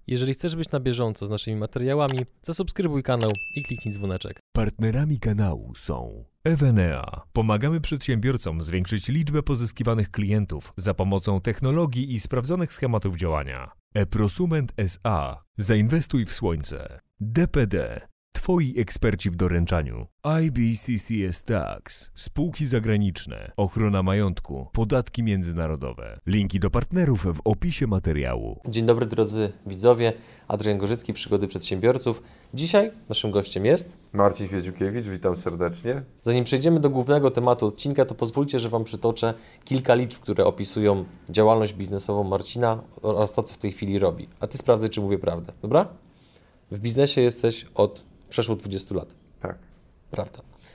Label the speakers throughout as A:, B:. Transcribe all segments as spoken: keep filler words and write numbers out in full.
A: Jeżeli chcesz być na bieżąco z naszymi materiałami, zasubskrybuj kanał i kliknij dzwoneczek.
B: Partnerami kanału są Evenea. Pomagamy przedsiębiorcom zwiększyć liczbę pozyskiwanych klientów za pomocą technologii i sprawdzonych schematów działania. eProsument S A. Zainwestuj w słońce. D P D. Twoi eksperci w doręczaniu. I B C C S Tax. Spółki zagraniczne. Ochrona majątku. Podatki międzynarodowe. Linki do partnerów w opisie materiału.
A: Dzień dobry drodzy widzowie, Adrian Gorzycki, Przygody Przedsiębiorców. Dzisiaj naszym gościem jest
C: Marcin Wiedziukiewicz, witam serdecznie.
A: Zanim przejdziemy do głównego tematu odcinka, to pozwólcie, że Wam przytoczę kilka liczb, które opisują działalność biznesową Marcina oraz to, co w tej chwili robi. A Ty sprawdzaj, czy mówię prawdę, dobra? W biznesie jesteś od przeszło dwudziestu lat.
C: Tak.
A: Prawda.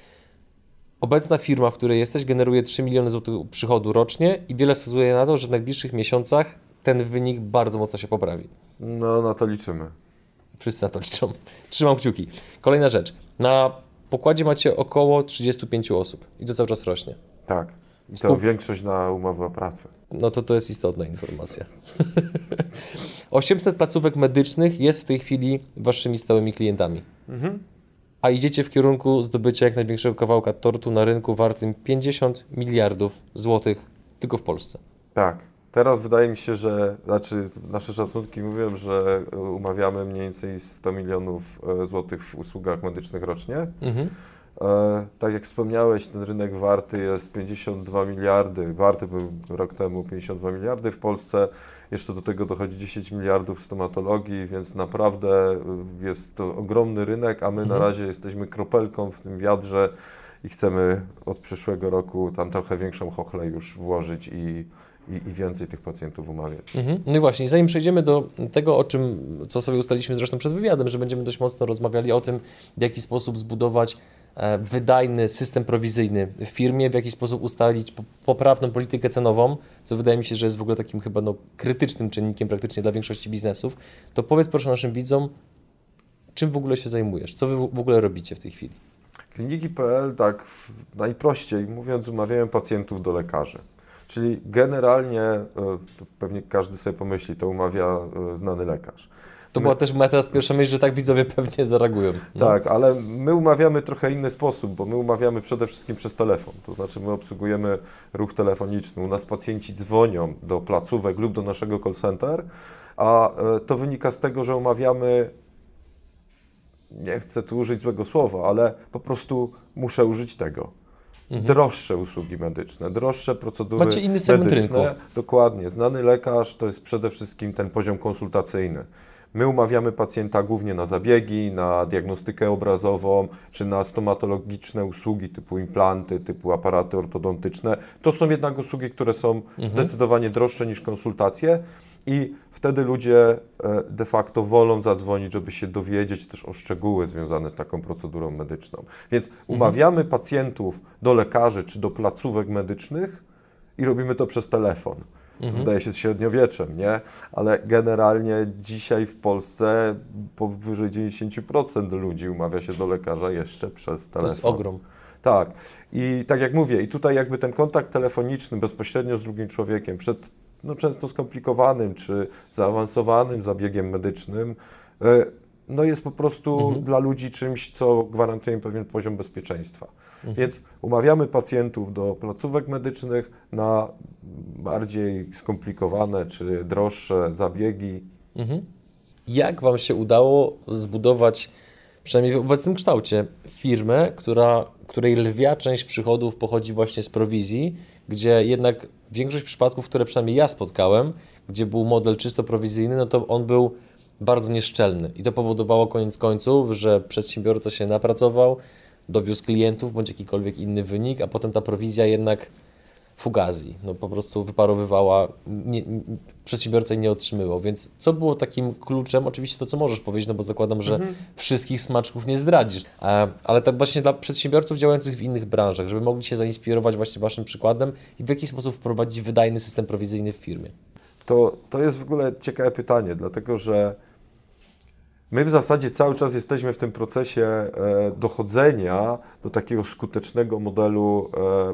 A: Obecna firma, w której jesteś, generuje trzy miliony złotych przychodu rocznie i wiele wskazuje na to, że w najbliższych miesiącach ten wynik bardzo mocno się poprawi.
C: No, na to liczymy.
A: Wszyscy na to liczą. Trzymam kciuki. Kolejna rzecz. Na pokładzie macie około trzydziestu pięciu osób i to cały czas rośnie.
C: Tak. I to
A: Skup...
C: większość na umowę o pracę.
A: No to to jest istotna informacja. osiemset placówek medycznych jest w tej chwili waszymi stałymi klientami. Mhm. A idziecie w kierunku zdobycia jak największego kawałka tortu na rynku wartym pięćdziesiąt miliardów złotych tylko w Polsce.
C: Tak. Teraz wydaje mi się, że, znaczy nasze szacunki mówią, że umawiamy mniej więcej sto milionów złotych w usługach medycznych rocznie. Mhm. E, tak jak wspomniałeś, ten rynek warty jest pięćdziesiąt dwa miliardy, warty był rok temu pięćdziesiąt dwa miliardy w Polsce, jeszcze do tego dochodzi dziesięć miliardów w stomatologii, więc naprawdę jest to ogromny rynek, a my mhm. na razie jesteśmy kropelką w tym wiadrze i chcemy od przyszłego roku tam trochę większą chochlę już włożyć i I, i więcej tych pacjentów umawiać.
A: Mhm. No i właśnie, zanim przejdziemy do tego, o czym, co sobie ustaliliśmy zresztą przed wywiadem, że będziemy dość mocno rozmawiali o tym, w jaki sposób zbudować e, wydajny system prowizyjny w firmie, w jaki sposób ustalić po, poprawną politykę cenową, co wydaje mi się, że jest w ogóle takim chyba no, krytycznym czynnikiem praktycznie dla większości biznesów, to powiedz proszę naszym widzom, czym w ogóle się zajmujesz, co wy w ogóle robicie w tej chwili?
C: Kliniki kropka pe el, tak najprościej mówiąc, umawiają pacjentów do lekarzy. Czyli generalnie, pewnie każdy sobie pomyśli, to umawia znany lekarz.
A: To
C: my...
A: była też moja teraz pierwsza myśl, że tak widzowie pewnie zareagują. No.
C: Tak, ale my umawiamy trochę inny sposób, bo my umawiamy przede wszystkim przez telefon. To znaczy my obsługujemy ruch telefoniczny. U nas pacjenci dzwonią do placówek lub do naszego call center, a to wynika z tego, że umawiamy, nie chcę tu użyć złego słowa, ale po prostu muszę użyć tego. Mhm. Droższe usługi medyczne, droższe procedury
A: Macie inny segment
C: medyczne.
A: rynku.
C: Dokładnie. Znany lekarz to jest przede wszystkim ten poziom konsultacyjny. My umawiamy pacjenta głównie na zabiegi, na diagnostykę obrazową, czy na stomatologiczne usługi typu implanty, typu aparaty ortodontyczne. To są jednak usługi, które są mhm. zdecydowanie droższe niż konsultacje i wtedy ludzie de facto wolą zadzwonić, żeby się dowiedzieć też o szczegóły związane z taką procedurą medyczną. Więc umawiamy mhm. pacjentów do lekarzy czy do placówek medycznych i robimy to przez telefon. Co mhm. wydaje się średniowieczem, nie? Ale generalnie dzisiaj w Polsce powyżej dziewięćdziesiąt procent ludzi umawia się do lekarza jeszcze przez telefon.
A: To jest ogrom.
C: Tak. I tak jak mówię, i tutaj jakby ten kontakt telefoniczny bezpośrednio z drugim człowiekiem przed no, często skomplikowanym czy zaawansowanym zabiegiem medycznym, no jest po prostu mhm. dla ludzi czymś, co gwarantuje im pewien poziom bezpieczeństwa. Mhm. Więc umawiamy pacjentów do placówek medycznych na bardziej skomplikowane czy droższe zabiegi.
A: Mhm. Jak Wam się udało zbudować, przynajmniej w obecnym kształcie, firmę, która, której lwia część przychodów pochodzi właśnie z prowizji, gdzie jednak większość przypadków, które przynajmniej ja spotkałem, gdzie był model czysto prowizyjny, no to on był bardzo nieszczelny i to powodowało koniec końców, że przedsiębiorca się napracował, dowiózł klientów bądź jakikolwiek inny wynik, a potem ta prowizja jednak fugazi, no po prostu wyparowywała, nie, nie, przedsiębiorca jej nie otrzymywał, więc co było takim kluczem, oczywiście to co możesz powiedzieć, no bo zakładam, że mhm. wszystkich smaczków nie zdradzisz, a, ale tak właśnie dla przedsiębiorców działających w innych branżach, żeby mogli się zainspirować właśnie Waszym przykładem i w jaki sposób wprowadzić wydajny system prowizyjny w firmie.
C: To, to jest w ogóle ciekawe pytanie, dlatego że my w zasadzie cały czas jesteśmy w tym procesie e, dochodzenia do takiego skutecznego modelu, e, w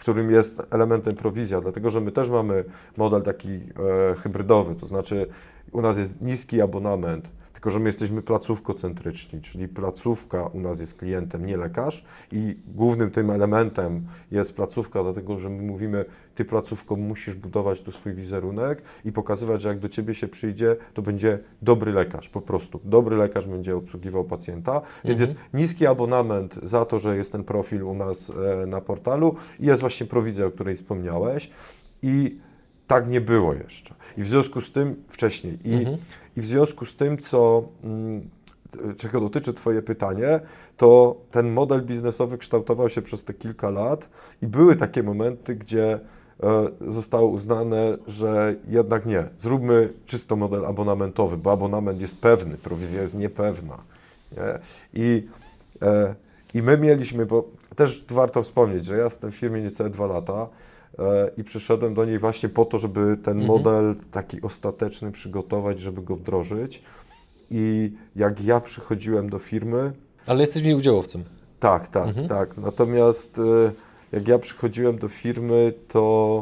C: którym jest elementem prowizja, dlatego że my też mamy model taki e, hybrydowy, to znaczy u nas jest niski abonament, tylko że my jesteśmy placówkocentryczni, czyli placówka u nas jest klientem, nie lekarz i głównym tym elementem jest placówka, dlatego że my mówimy, ty placówko musisz budować tu swój wizerunek i pokazywać, że jak do ciebie się przyjdzie, to będzie dobry lekarz, po prostu. Dobry lekarz będzie obsługiwał pacjenta, mhm. więc jest niski abonament za to, że jest ten profil u nas e, na portalu i jest właśnie prowizja, o której wspomniałeś i tak nie było jeszcze. I w związku z tym wcześniej. I, mhm. i w związku z tym, co, czego dotyczy Twoje pytanie, to ten model biznesowy kształtował się przez te kilka lat i były takie momenty, gdzie e, zostało uznane, że jednak nie, zróbmy czysto model abonamentowy, bo abonament jest pewny, prowizja jest niepewna. Nie? I, e, I my mieliśmy, bo też warto wspomnieć, że ja jestem w firmie niecałe dwa lata, i przyszedłem do niej właśnie po to, żeby ten mhm. model taki ostateczny przygotować, żeby go wdrożyć. I jak ja przychodziłem do firmy...
A: Ale jesteś mi udziałowcem.
C: Tak, tak, mhm. tak. Natomiast jak ja przychodziłem do firmy, to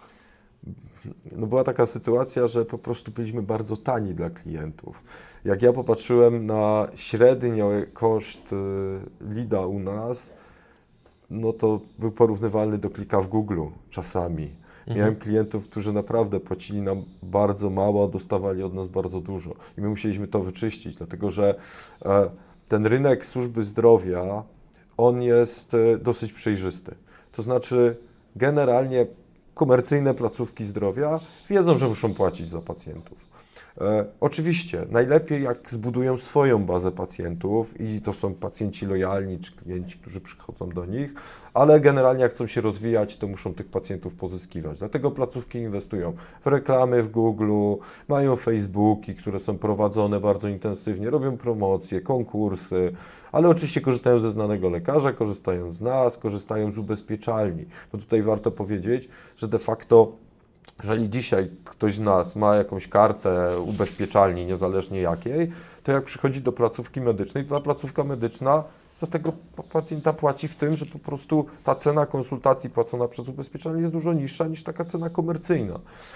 C: no była taka sytuacja, że po prostu byliśmy bardzo tani dla klientów. Jak ja popatrzyłem na średni koszt leada u nas, no to był porównywalny do klika w Google czasami. Mhm. Miałem klientów, którzy naprawdę płacili nam bardzo mało, a dostawali od nas bardzo dużo. I my musieliśmy to wyczyścić, dlatego że e, ten rynek służby zdrowia, on jest e, dosyć przejrzysty. To znaczy generalnie komercyjne placówki zdrowia wiedzą, że muszą płacić za pacjentów. E, oczywiście, najlepiej jak zbudują swoją bazę pacjentów i to są pacjenci lojalni czy klienci, którzy przychodzą do nich, ale generalnie jak chcą się rozwijać, to muszą tych pacjentów pozyskiwać. Dlatego placówki inwestują w reklamy w Google, mają Facebooki, które są prowadzone bardzo intensywnie, robią promocje, konkursy, ale oczywiście korzystają ze znanego lekarza, korzystają z nas, korzystają z ubezpieczalni. No tutaj warto powiedzieć, że de facto jeżeli dzisiaj ktoś z nas ma jakąś kartę ubezpieczalni, niezależnie jakiej, to jak przychodzi do placówki medycznej, to ta placówka medyczna za tego pacjenta płaci w tym, że po prostu ta cena konsultacji płacona przez ubezpieczalnię jest dużo niższa niż taka cena komercyjna.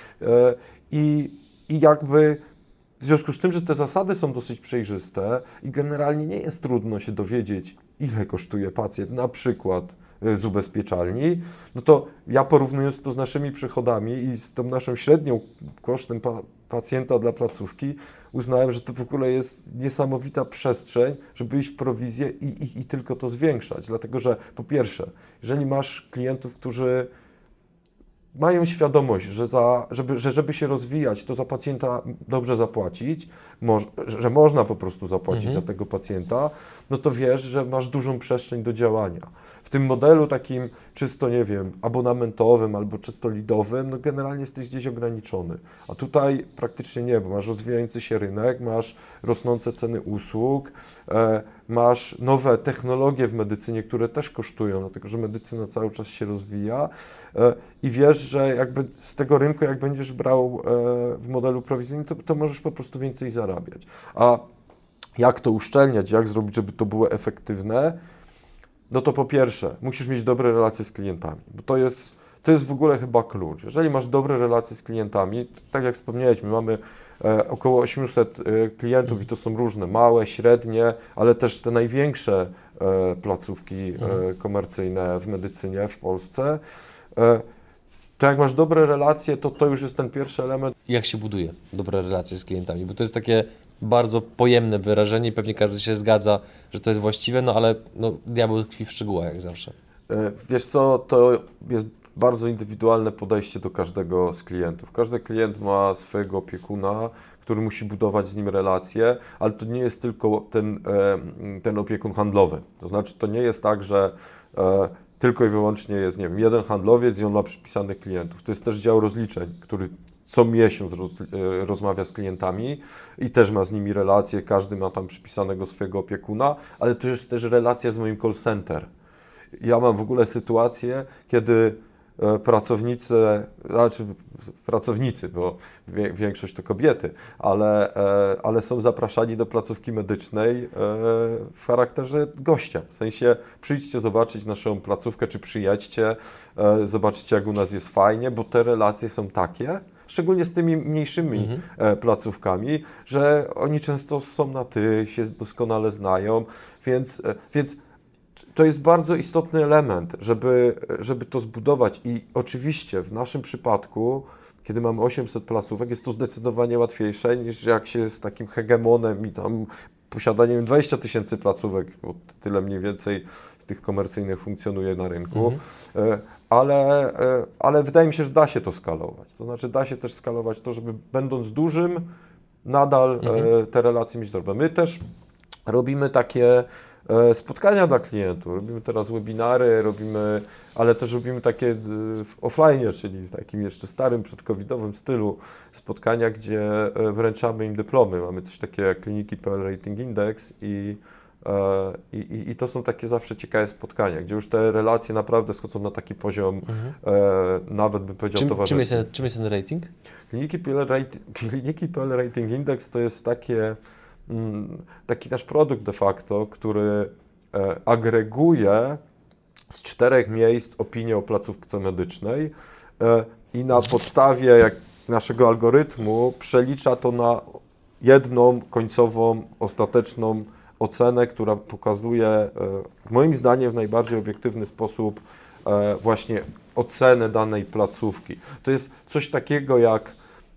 C: I, i jakby w związku z tym, że te zasady są dosyć przejrzyste i generalnie nie jest trudno się dowiedzieć, ile kosztuje pacjent, na przykład z ubezpieczalni, no to ja porównując to z naszymi przychodami i z tą naszą średnią kosztem pa pacjenta dla placówki, uznałem, że to w ogóle jest niesamowita przestrzeń, żeby iść w prowizję i, i, i tylko to zwiększać. Dlatego, że po pierwsze, jeżeli masz klientów, którzy mają świadomość, że, za, żeby, że żeby się rozwijać, to za pacjenta dobrze zapłacić, moż, że można po prostu zapłacić mhm. za tego pacjenta, no to wiesz, że masz dużą przestrzeń do działania. W tym modelu takim czysto, nie wiem, abonamentowym albo czysto leadowym, no generalnie jesteś gdzieś ograniczony. A tutaj praktycznie nie, bo masz rozwijający się rynek, masz rosnące ceny usług, e, masz nowe technologie w medycynie, które też kosztują, dlatego że medycyna cały czas się rozwija e, i wiesz, że jakby z tego rynku, jak będziesz brał e, w modelu prowizyjnym, to, to możesz po prostu więcej zarabiać. A jak to uszczelniać, jak zrobić, żeby to było efektywne? No to po pierwsze, musisz mieć dobre relacje z klientami, bo to jest, to jest w ogóle chyba klucz. Jeżeli masz dobre relacje z klientami, tak jak wspomnieliśmy, mamy e, około osiemset e, klientów i to są różne, małe, średnie, ale też te największe e, placówki e, komercyjne w medycynie w Polsce. E, to jak masz dobre relacje, to to już jest ten pierwszy element.
A: Jak się buduje dobre relacje z klientami? Bo to jest takie bardzo pojemne wyrażenie i pewnie każdy się zgadza, że to jest właściwe, no ale no, diabeł tkwi w szczegółach jak zawsze.
C: Wiesz co, to jest bardzo indywidualne podejście do każdego z klientów. Każdy klient ma swojego opiekuna, który musi budować z nim relacje, ale to nie jest tylko ten, ten opiekun handlowy. To znaczy, to nie jest tak, że tylko i wyłącznie jest, nie wiem, jeden handlowiec i on ma przypisanych klientów. To jest też dział rozliczeń, który co miesiąc roz, rozmawia z klientami i też ma z nimi relacje, każdy ma tam przypisanego swojego opiekuna, ale to jest też relacja z moim call center. Ja mam w ogóle sytuację, kiedy pracownicy, znaczy pracownicy, bo większość to kobiety, ale, ale są zapraszani do placówki medycznej w charakterze gościa. W sensie przyjdźcie zobaczyć naszą placówkę, czy przyjedźcie, zobaczycie jak u nas jest fajnie, bo te relacje są takie, szczególnie z tymi mniejszymi mhm. placówkami, że oni często są na ty, się doskonale znają, więc, więc to jest bardzo istotny element, żeby, żeby to zbudować i oczywiście w naszym przypadku, kiedy mamy osiemset placówek, jest to zdecydowanie łatwiejsze niż jak się z takim hegemonem i tam posiadaniem dwudziestu tysięcy placówek, bo tyle mniej więcej z tych komercyjnych funkcjonuje na rynku, mhm. ale, ale wydaje mi się, że da się to skalować. To znaczy da się też skalować to, żeby będąc dużym, nadal mhm. te relacje mieć dobre. My też robimy takie spotkania dla klientów, robimy teraz webinary, robimy, ale też robimy takie w offline, czyli w takim jeszcze starym, przedcovidowym stylu spotkania, gdzie wręczamy im dyplomy. Mamy coś takiego jak Kliniki kropka pe el Rating Index i, i, i, i to są takie zawsze ciekawe spotkania, gdzie już te relacje naprawdę schodzą na taki poziom, mhm. e, nawet bym powiedział
A: czym,
C: towarzystwa.
A: Czym jest, ten, czym jest ten rating?
C: Kliniki kropka pe el Rating Index to jest takie taki nasz produkt de facto, który agreguje z czterech miejsc opinię o placówce medycznej i na podstawie jak naszego algorytmu przelicza to na jedną końcową, ostateczną ocenę, która pokazuje moim zdaniem w najbardziej obiektywny sposób właśnie ocenę danej placówki. To jest coś takiego jak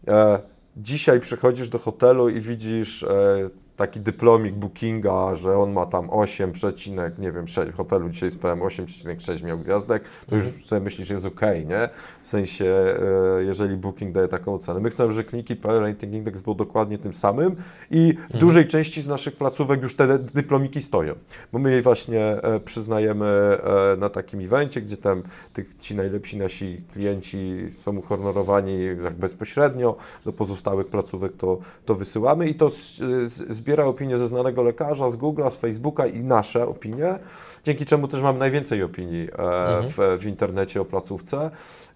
C: dzisiaj przychodzisz do hotelu i widzisz e, taki dyplomik bookinga, że on ma tam osiem, nie wiem, sześć, w hotelu dzisiaj spałem osiem przecinek sześć miał gwiazdek, to już sobie myślisz, że jest okej, nie? W sensie, e, jeżeli booking daje taką ocenę. My chcemy, że Kliniki kropka pe el Rating Index był dokładnie tym samym i w mhm. dużej części z naszych placówek już te dyplomiki stoją, bo my je właśnie e, przyznajemy e, na takim evencie, gdzie tam tych, ci najlepsi nasi klienci są uhonorowani jak bezpośrednio, do pozostałych placówek to, to wysyłamy i to z, z, zbiera opinie ze znanego lekarza, z Google'a, z Facebooka i nasze opinie, dzięki czemu też mamy najwięcej opinii e, mhm. w, w internecie o placówce.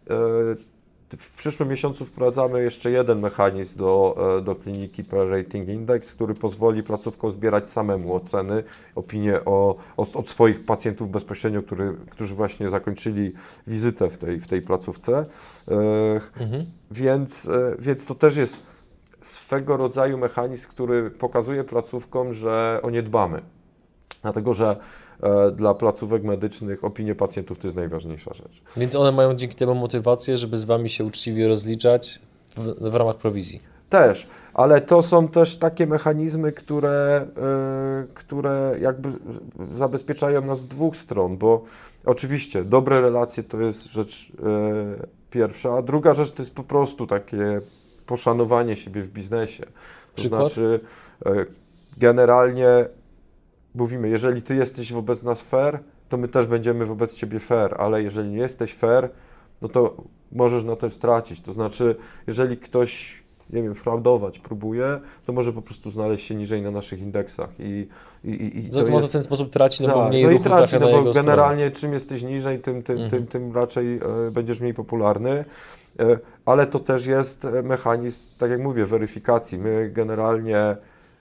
C: W przyszłym miesiącu wprowadzamy jeszcze jeden mechanizm do, do Kliniki kropka pe el Rating Index, który pozwoli placówkom zbierać samemu oceny, opinie o, o, od swoich pacjentów bezpośrednio, który, którzy właśnie zakończyli wizytę w tej, w tej placówce. Mhm. Więc, więc to też jest swego rodzaju mechanizm, który pokazuje placówkom, że o nie dbamy. Dlatego, że dla placówek medycznych opinie pacjentów to jest najważniejsza rzecz.
A: Więc one mają dzięki temu motywację, żeby z Wami się uczciwie rozliczać w, w ramach prowizji.
C: Też, ale to są też takie mechanizmy, które, y, które jakby zabezpieczają nas z dwóch stron, bo oczywiście dobre relacje to jest rzecz y, pierwsza, a druga rzecz to jest po prostu takie poszanowanie siebie w biznesie. To
A: Przykład?
C: znaczy y, generalnie mówimy, jeżeli Ty jesteś wobec nas fair, to my też będziemy wobec Ciebie fair, ale jeżeli nie jesteś fair, no to możesz na tym stracić. To znaczy, jeżeli ktoś, nie wiem, fraudować próbuje, to może po prostu znaleźć się niżej na naszych indeksach. I, i, i
A: Za to jest... w ten sposób traci, no
C: tak,
A: bo mniej
C: no
A: ruchu
C: i traci,
A: trafia
C: no
A: na
C: bo
A: jego
C: generalnie
A: stronę.
C: czym jesteś niżej, tym, tym,
A: mhm.
C: tym, tym raczej e, będziesz mniej popularny. E, ale to też jest mechanizm, tak jak mówię, weryfikacji. My generalnie e,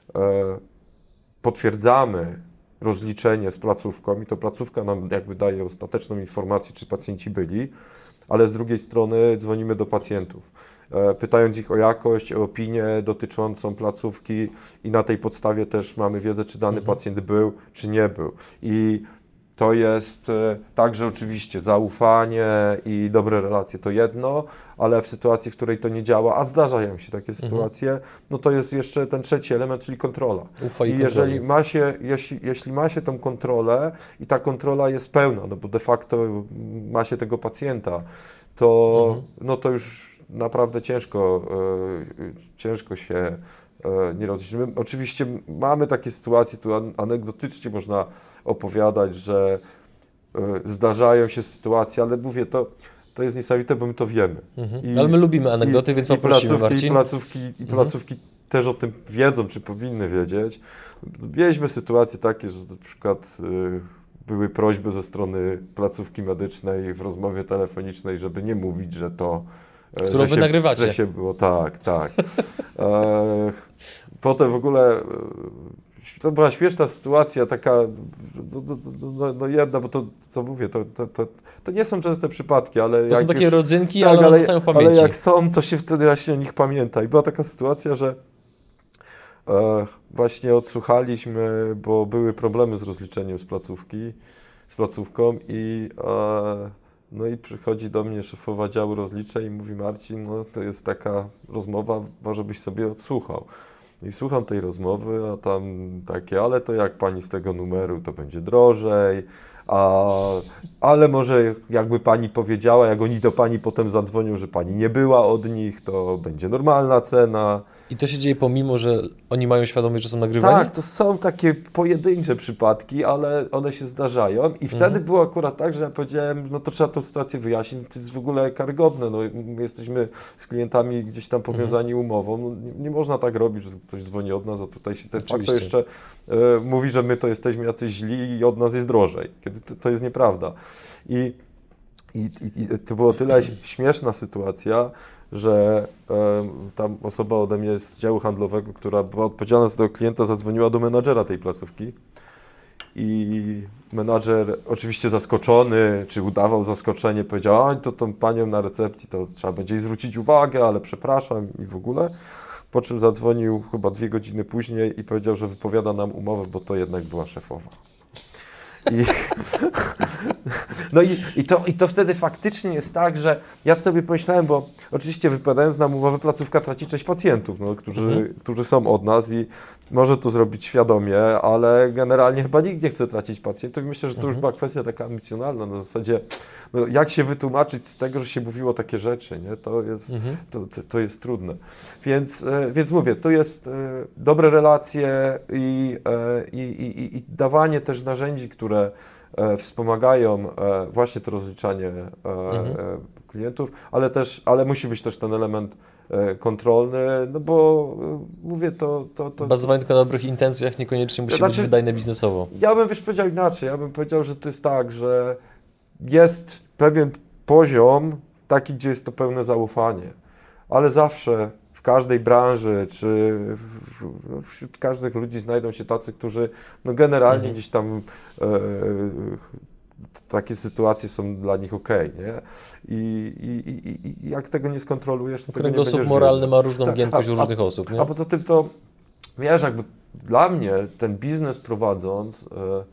C: potwierdzamy rozliczenie z placówką i to placówka nam jakby daje ostateczną informację, czy pacjenci byli, ale z drugiej strony dzwonimy do pacjentów, e, pytając ich o jakość, o opinię dotyczącą placówki i na tej podstawie też mamy wiedzę, czy dany mhm. pacjent był, czy nie był. I to jest e, także oczywiście zaufanie i dobre relacje to jedno, ale w sytuacji, w której to nie działa, a zdarzają się takie mhm. sytuacje, no to jest jeszcze ten trzeci element, czyli kontrola.
A: Ufa i
C: I jeżeli ma się, jeśli, jeśli ma się tą kontrolę i ta kontrola jest pełna, no bo de facto ma się tego pacjenta, to, mhm. no to już naprawdę ciężko, e, ciężko się e, nie rozliczyć. My oczywiście mamy takie sytuacje, tu anegdotycznie można opowiadać, że y, zdarzają się sytuacje, ale mówię, to, to jest niesamowite, bo my to wiemy.
A: Mhm. I, ale my lubimy anegdoty,
C: i,
A: więc
C: i
A: poprosimy
C: placówki,
A: Marcin.
C: I placówki, i placówki mhm. też o tym wiedzą, czy powinny wiedzieć. Mieliśmy sytuacje takie, że na przykład y, były prośby ze strony placówki medycznej w rozmowie telefonicznej, żeby nie mówić, że to...
A: Którą
C: że
A: wy
C: się,
A: nagrywacie.
C: Że się było, tak, tak. E, potem w ogóle to była śmieszna sytuacja, taka no, no, no, no jedna, bo to, co mówię, to, to, to, to nie są częste przypadki, ale...
A: To
C: jak
A: są takie
C: już,
A: rodzynki,
C: tak,
A: ale one
C: ale,
A: zostają w pamięci.
C: ale jak są, to się wtedy właśnie o nich pamięta. I była taka sytuacja, że e, właśnie odsłuchaliśmy, bo były problemy z rozliczeniem z placówki, z placówką i... E, No i przychodzi do mnie szefowa działu rozliczeń i mówi: Marcin, no to jest taka rozmowa, może byś sobie odsłuchał. I słucham tej rozmowy, a tam takie, ale to jak pani z tego numeru, to będzie drożej, a, ale może jakby pani powiedziała, jak oni do pani potem zadzwonią, że pani nie była od nich, to będzie normalna cena.
A: I to się dzieje pomimo, że oni mają świadomość, że są nagrywani?
C: Tak, to są takie pojedyncze przypadki, ale one się zdarzają i wtedy
A: Mhm.
C: było akurat tak, że ja powiedziałem, no to trzeba tę sytuację wyjaśnić, to jest w ogóle karygodne, no my jesteśmy z klientami gdzieś tam powiązani
A: Mhm.
C: umową, no, nie, nie można tak robić, że ktoś dzwoni od nas, a tutaj się ten fakt to
A: Oczywiście.
C: jeszcze e, mówi, że my to jesteśmy jacyś źli i od nas jest drożej, kiedy to, to jest nieprawda. I, i, i, I to było tyle śmieszna sytuacja, że e, tam osoba ode mnie z działu handlowego, która była odpowiedzialna za tego klienta, zadzwoniła do menadżera tej placówki i menadżer oczywiście zaskoczony, czy udawał zaskoczenie, powiedział: a to tą panią na recepcji to trzeba będzie jej zwrócić uwagę, ale przepraszam i w ogóle. Po czym zadzwonił chyba dwie godziny później i powiedział, że wypowiada nam umowę, bo to jednak była szefowa. I, no i, i, to, i to wtedy faktycznie jest tak, że ja sobie pomyślałem, bo oczywiście wypowiadając nam umowę, placówka traci część pacjentów, no, którzy,
A: Mhm.
C: którzy są od nas i może to zrobić świadomie, ale generalnie chyba nikt nie chce tracić pacjentów. Myślę, że to już
A: Mhm.
C: była kwestia taka emocjonalna, na zasadzie, no, jak się wytłumaczyć z tego, że się mówiło takie rzeczy, nie? To jest,
A: Mhm.
C: to, to, to jest trudne. Więc, e, więc mówię, to jest e, dobre relacje i, e, i, i, i dawanie też narzędzi, które e, wspomagają e, właśnie to rozliczanie e,
A: Mhm.
C: e, klientów, ale też, ale musi być też ten element e, kontrolny, no bo e, mówię, to... to, to
A: Bazowanie tylko na dobrych intencjach niekoniecznie musi
C: Znaczy-
A: być wydajne biznesowo.
C: ja bym wiesz, powiedział inaczej, ja bym powiedział, że to jest tak, że jest pewien poziom taki, gdzie jest to pełne zaufanie, ale zawsze w każdej branży, czy w, w, wśród każdych ludzi znajdą się tacy, którzy no generalnie
A: Mhm.
C: gdzieś tam e, takie sytuacje są dla nich okej, nie? I, i, i, I jak tego nie skontrolujesz, to tego nie
A: Kręgosłup
C: będziesz
A: moralny
C: wiedział.
A: ma różną
C: Tak,
A: giętkość
C: a-
A: u
C: a-
A: różnych osób, nie?
C: A poza tym to, wiesz, jakby dla mnie ten biznes prowadząc, e,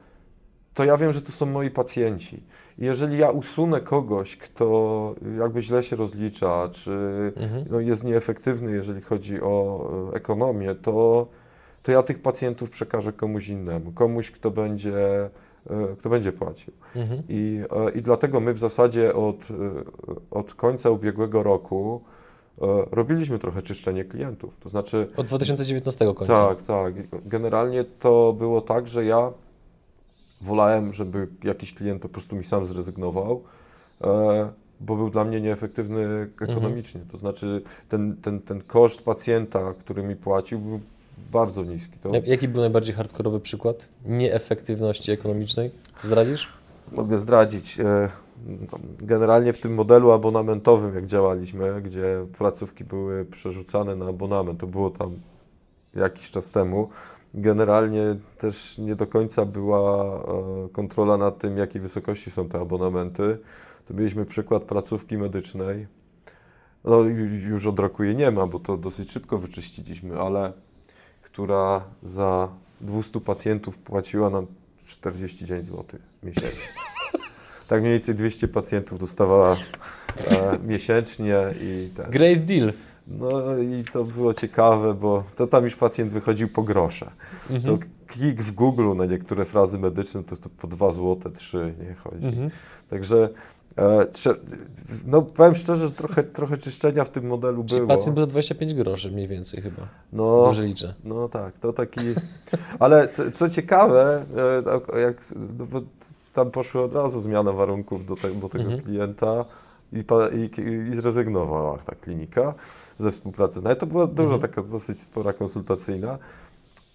C: to ja wiem, że to są moi pacjenci. I jeżeli ja usunę kogoś, kto jakby źle się rozlicza, czy
A: Mhm.
C: no, jest nieefektywny, jeżeli chodzi o e, ekonomię, to, to ja tych pacjentów przekażę komuś innemu, komuś, kto będzie, e, kto będzie płacił.
A: Mhm.
C: I, e, I dlatego my w zasadzie od, e, od końca ubiegłego roku e, robiliśmy trochę czyszczenie klientów. To znaczy,
A: Od dwa tysiące dziewiętnastego końca.
C: tak, tak. Generalnie to było tak, że ja wolałem, żeby jakiś klient po prostu mi sam zrezygnował, e, bo był dla mnie nieefektywny ekonomicznie. To znaczy ten, ten, ten koszt pacjenta, który mi płacił, był bardzo niski. To
A: Jaki był najbardziej hardkorowy przykład nieefektywności ekonomicznej? Zdradzisz?
C: mogę zdradzić. E, generalnie w tym modelu abonamentowym, jak działaliśmy, gdzie placówki były przerzucane na abonament, to było tam jakiś czas temu, generalnie też nie do końca była e, kontrola nad tym, jakiej wysokości są te abonamenty. To mieliśmy przykład placówki medycznej. No ju- już od roku jej nie ma, bo to dosyć szybko wyczyściliśmy, ale która za dwieście pacjentów płaciła nam czterdzieści dziewięć złotych miesięcznie. Tak mniej więcej dwieście pacjentów dostawała e, miesięcznie i tak.
A: Great deal.
C: No i to było ciekawe, bo to tam już pacjent wychodził po grosze.
A: Mhm.
C: To klik w Google na niektóre frazy medyczne to jest to po dwa złote, trzy nie chodzi.
A: Mhm.
C: Także e, trze- no powiem szczerze, że trochę, trochę czyszczenia w tym modelu
A: Czyli
C: było.
A: pacjent był za dwadzieścia pięć groszy mniej więcej chyba.
C: No,
A: Dobrze liczę.
C: no tak, to taki... Ale co, co ciekawe, e, tak, jak, no bo tam poszła od razu zmiana warunków do, te, do tego
A: Mhm.
C: klienta i, pa, i, i zrezygnowała ta klinika ze współpracy z nami. To była duża,
A: Mhm.
C: taka dosyć spora konsultacyjna.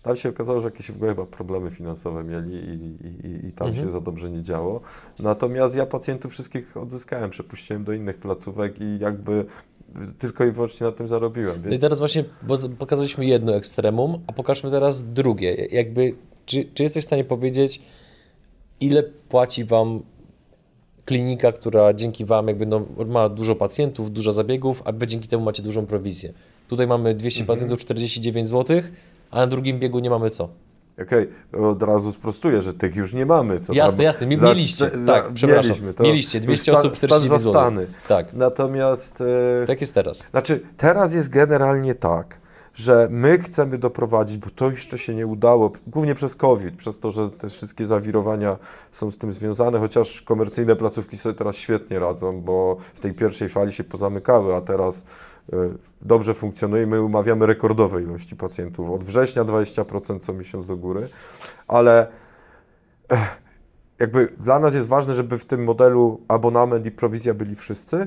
C: Tam się okazało, że jakieś w ogóle chyba problemy finansowe mieli i, i, i tam
A: Mhm.
C: się za dobrze nie działo. Natomiast ja pacjentów wszystkich odzyskałem, przepuściłem do innych placówek i jakby tylko i wyłącznie na tym zarobiłem.
A: No i
C: Więc...
A: teraz właśnie, bo z- pokazaliśmy jedno ekstremum, a pokażmy teraz drugie. Jakby, czy, czy jesteś w stanie powiedzieć, ile płaci Wam klinika, która dzięki Wam jakby no, ma dużo pacjentów, dużo zabiegów, a Wy dzięki temu macie dużą prowizję? Tutaj mamy dwieście
C: Mhm.
A: pacjentów, czterdzieści dziewięć złotych, a na drugim biegu nie mamy co?
C: Okej, okay, od razu sprostuję, że tych już nie mamy. Co
A: Jasne,
C: tam,
A: jasne, Mi-
C: za-
A: mieliście,
C: za-
A: tak, przepraszam,
C: mieliśmy, to
A: mieliście dwieście
C: stan-
A: osób, czterdzieści dziewięć
C: stan
A: złotych.
C: zastany.
A: Tak,
C: Natomiast... E...
A: tak jest teraz.
C: Znaczy, teraz jest generalnie tak, że my chcemy doprowadzić, bo to jeszcze się nie udało, głównie przez COVID, przez to, że te wszystkie zawirowania są z tym związane, chociaż komercyjne placówki sobie teraz świetnie radzą, bo w tej pierwszej fali się pozamykały, a teraz y, dobrze funkcjonuje. My umawiamy rekordowe ilości pacjentów, od września dwadzieścia procent co miesiąc do góry, ale eh, jakby dla nas jest ważne, żeby w tym modelu abonament i prowizja byli wszyscy.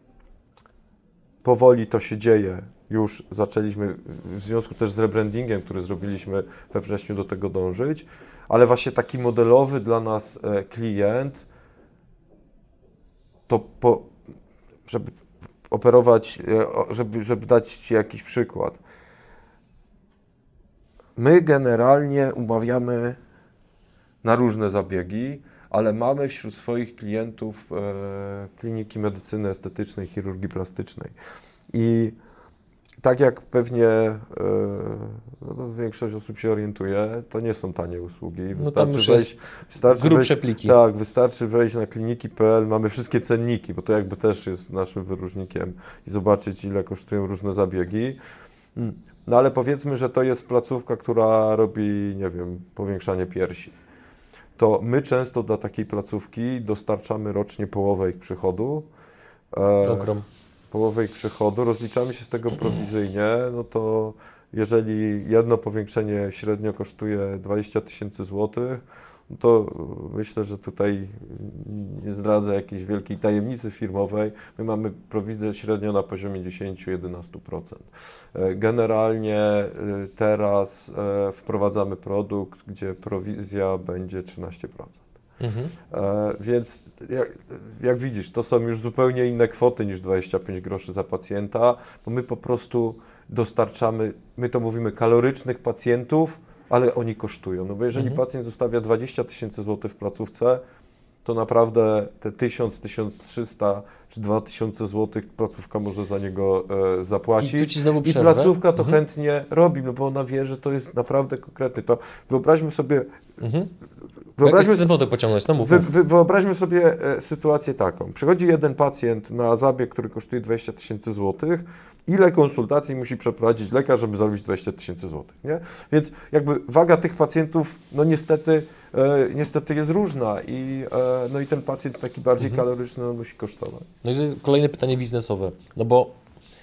C: Powoli to się dzieje. Już zaczęliśmy w związku też z rebrandingiem, który zrobiliśmy we wrześniu, do tego dążyć, ale właśnie taki modelowy dla nas klient, to po, żeby operować, żeby, żeby dać Ci jakiś przykład. My generalnie umawiamy na różne zabiegi, ale mamy wśród swoich klientów e, kliniki medycyny estetycznej, chirurgii plastycznej. I tak jak pewnie e, no, większość osób się orientuje, to nie są tanie usługi. Wystarczy
A: No tam już
C: wejść,
A: jest
C: wystarczy
A: grubsze
C: wejść,
A: pliki.
C: Tak, wystarczy wejść na kliniki kropka pe el, mamy wszystkie cenniki, bo to jakby też jest naszym wyróżnikiem i zobaczyć, ile kosztują różne zabiegi. No ale powiedzmy, że to jest placówka, która robi, nie wiem, powiększanie piersi. To my często dla takiej placówki dostarczamy rocznie połowę ich przychodu. E,
A: Okrom.
C: Połowę ich przychodu, rozliczamy się z tego prowizyjnie, no to jeżeli jedno powiększenie średnio kosztuje dwadzieścia tysięcy złotych, no to myślę, że tutaj nie zdradzę jakiejś wielkiej tajemnicy firmowej. My mamy prowizję średnio na poziomie dziesięć do jedenastu procent. Generalnie teraz wprowadzamy produkt, gdzie prowizja będzie trzynaście procent.
A: Mhm.
C: E, więc jak, jak widzisz, to są już zupełnie inne kwoty niż dwadzieścia pięć groszy za pacjenta, bo my po prostu dostarczamy, my to mówimy, kalorycznych pacjentów, ale oni kosztują. No bo jeżeli
A: Mhm.
C: pacjent zostawia dwadzieścia tysięcy złotych w placówce, to naprawdę te tysiąc, tysiąc trzysta czy dwa tysiące złotych placówka może za niego e, zapłacić.
A: I tu Ci znowu
C: I
A: przerwę.
C: placówka to
A: Mhm.
C: chętnie robi, no bo ona wie, że to jest naprawdę konkretny. To wyobraźmy sobie,
A: Mhm.
C: wyobraźmy
A: Jak ten wątek pociągnąć? No mów,
C: Wy,
A: mów.
C: wy, wyobraźmy sobie e, sytuację taką. Przychodzi jeden pacjent na zabieg, który kosztuje dwadzieścia tysięcy złotych. Ile konsultacji musi przeprowadzić lekarz, żeby zarobić dwadzieścia tysięcy złotych, nie? Więc jakby waga tych pacjentów, no niestety, e, niestety jest różna i, e, no i ten pacjent taki bardziej
A: Mhm.
C: kaloryczny no, musi kosztować.
A: No i to jest kolejne pytanie biznesowe, no bo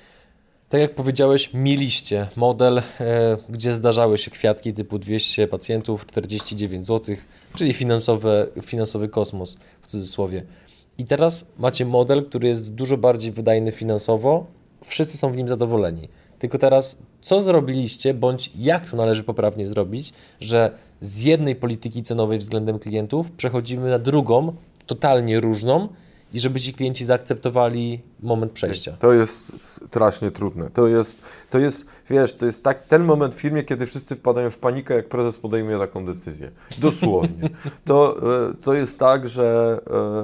A: tak jak powiedziałeś, mieliście model, e, gdzie zdarzały się kwiatki typu dwieście pacjentów, czterdzieści dziewięć złotych, czyli finansowe, finansowy kosmos w cudzysłowie. I teraz macie model, który jest dużo bardziej wydajny finansowo, wszyscy są w nim zadowoleni. Tylko teraz, co zrobiliście, bądź jak to należy poprawnie zrobić, że z jednej polityki cenowej względem klientów przechodzimy na drugą, totalnie różną, i żeby ci klienci zaakceptowali moment przejścia.
C: To jest strasznie trudne. To jest, to jest, wiesz, to jest tak, ten moment w firmie, kiedy wszyscy wpadają w panikę, jak prezes podejmuje taką decyzję. Dosłownie. To, e, to jest tak, że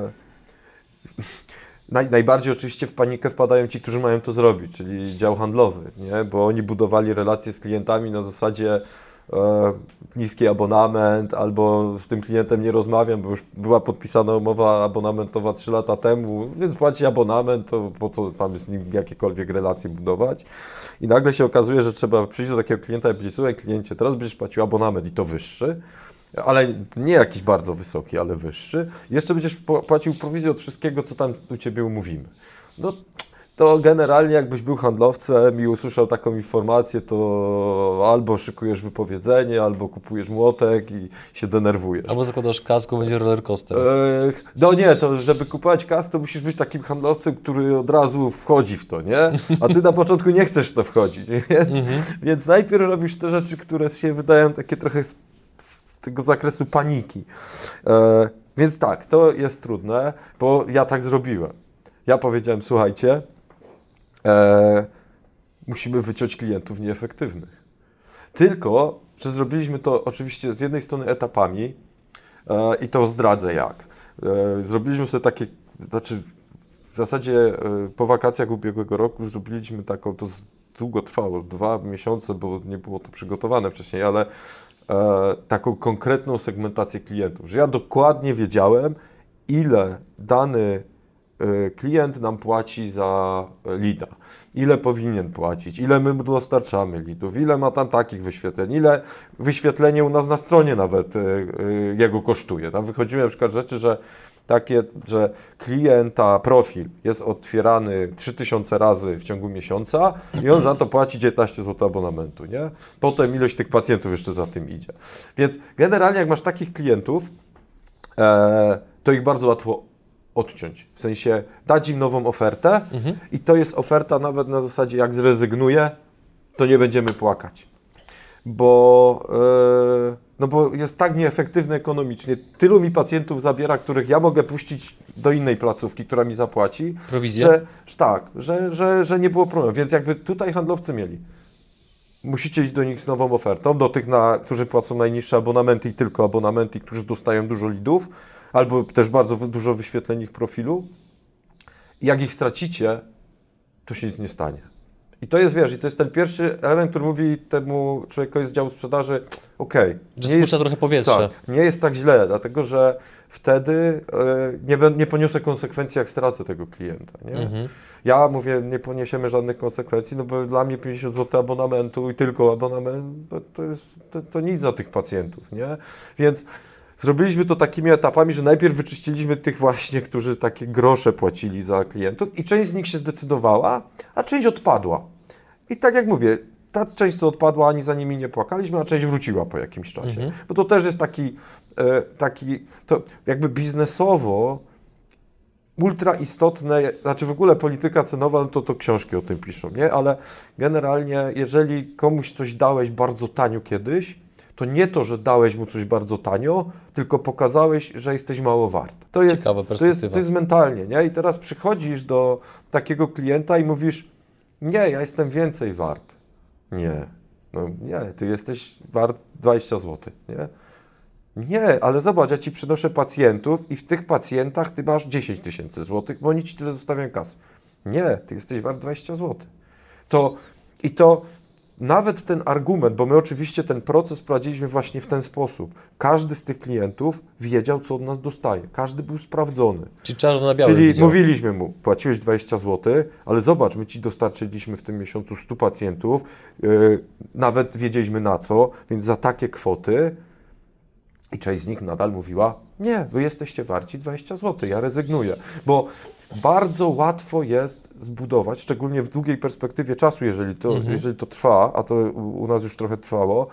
C: e, naj, najbardziej oczywiście w panikę wpadają ci, którzy mają to zrobić, czyli dział handlowy, nie? Bo oni budowali relacje z klientami na zasadzie e, niski abonament, albo z tym klientem nie rozmawiam, bo już była podpisana umowa abonamentowa trzy lata temu, więc płaci abonament, to po co tam z nim jakiekolwiek relacje budować. I nagle się okazuje, że trzeba przyjść do takiego klienta i powiedzieć: słuchaj kliencie, teraz będziesz płacił abonament i to wyższy, ale nie jakiś bardzo wysoki, ale wyższy. I jeszcze będziesz płacił prowizję od wszystkiego, co tam u Ciebie umówimy. No, to generalnie jakbyś był handlowcem i usłyszał taką informację, to albo szykujesz wypowiedzenie, albo kupujesz młotek i się denerwujesz.
A: Albo zakładasz kask, będzie roller coaster.
C: E, no nie, to żeby kupować kask, to musisz być takim handlowcem, który od razu wchodzi w to, nie? A ty na początku nie chcesz w to wchodzić, więc, mhm. więc najpierw robisz te rzeczy, które się wydają takie trochę z, z tego zakresu paniki. E, więc tak, to jest trudne, bo ja tak zrobiłem. Ja powiedziałem, słuchajcie, e, musimy wyciąć klientów nieefektywnych. Tylko, że zrobiliśmy to oczywiście z jednej strony etapami e, i to zdradzę jak. E, zrobiliśmy sobie takie, znaczy w zasadzie e, po wakacjach ubiegłego roku zrobiliśmy taką, to długo trwało, dwa miesiące, bo nie było to przygotowane wcześniej, ale e, taką konkretną segmentację klientów, że ja dokładnie wiedziałem, ile dany klient nam płaci za leada, ile powinien płacić, ile my mu dostarczamy leadów, ile ma tam takich wyświetleń, ile wyświetlenie u nas na stronie nawet jego kosztuje. Tam wychodziły na przykład rzeczy, że takie, że klienta profil jest otwierany trzy tysiące razy w ciągu miesiąca i on za to płaci dziewiętnaście złotych abonamentu, nie? Potem ilość tych pacjentów jeszcze za tym idzie. Więc generalnie jak masz takich klientów, e, to ich bardzo łatwo odciąć, w sensie dać im nową ofertę mhm. i to jest oferta nawet na zasadzie jak zrezygnuję, to nie będziemy płakać, bo, yy, no bo jest tak nieefektywne ekonomicznie, tylu mi pacjentów zabiera, których ja mogę puścić do innej placówki, która mi zapłaci,
A: prowizję?
C: Że, że tak, że, że, że nie było problemu, więc jakby tutaj handlowcy mieli, musicie iść do nich z nową ofertą, do tych, na, którzy płacą najniższe abonamenty i tylko abonamenty, którzy dostają dużo leadów, albo też bardzo dużo wyświetleń ich profilu. I jak ich stracicie, to się nic nie stanie. I to jest, wiesz, i to jest ten pierwszy element, który mówi temu człowiekowi z działu sprzedaży, okej. Okay,
A: że spuszcza trochę powietrze.
C: Tak, nie jest tak źle, dlatego że wtedy y, nie, nie poniosę konsekwencji, jak stracę tego klienta. Nie? Mhm. Ja mówię, nie poniesiemy żadnych konsekwencji, no bo dla mnie pięćdziesiąt złotych abonamentu i tylko abonament, to, to, jest, to, to nic za tych pacjentów, nie? Więc zrobiliśmy to takimi etapami, że najpierw wyczyściliśmy tych właśnie, którzy takie grosze płacili za klientów i część z nich się zdecydowała, a część odpadła. I tak jak mówię, ta część, co odpadła, ani za nimi nie płakaliśmy, a część wróciła po jakimś czasie. Mhm. Bo to też jest taki, e, taki to jakby biznesowo ultra istotne, znaczy w ogóle polityka cenowa, no to, to książki o tym piszą, nie? Ale generalnie, jeżeli komuś coś dałeś bardzo tanio kiedyś, to nie to, że dałeś mu coś bardzo tanio, tylko pokazałeś, że jesteś mało wart. To jest,
A: Ciekawa
C: perspektywa. To jest, to jest mentalnie, nie? I teraz przychodzisz do takiego klienta i mówisz, nie, ja jestem więcej wart. Nie, no nie, ty jesteś wart dwadzieścia złotych, nie? Nie, ale zobacz, ja ci przynoszę pacjentów i w tych pacjentach ty masz dziesięć tysięcy złotych, bo oni ci tyle zostawiają kasy. Nie, ty jesteś wart dwadzieścia złotych. To, i to nawet ten argument, bo my oczywiście ten proces prowadziliśmy właśnie w ten sposób. Każdy z tych klientów wiedział, co od nas dostaje. Każdy był sprawdzony.
A: Czyli czarno na białym
C: Czyli
A: widział.
C: mówiliśmy mu, płaciłeś dwadzieścia złotych, ale zobacz, my ci dostarczyliśmy w tym miesiącu stu pacjentów, yy, nawet wiedzieliśmy na co, więc za takie kwoty. I część z nich nadal mówiła, nie, wy jesteście warci dwadzieścia złotych, ja rezygnuję. Bo bardzo łatwo jest zbudować, szczególnie w długiej perspektywie czasu, jeżeli to, mhm. jeżeli to trwa, a to u nas już trochę trwało,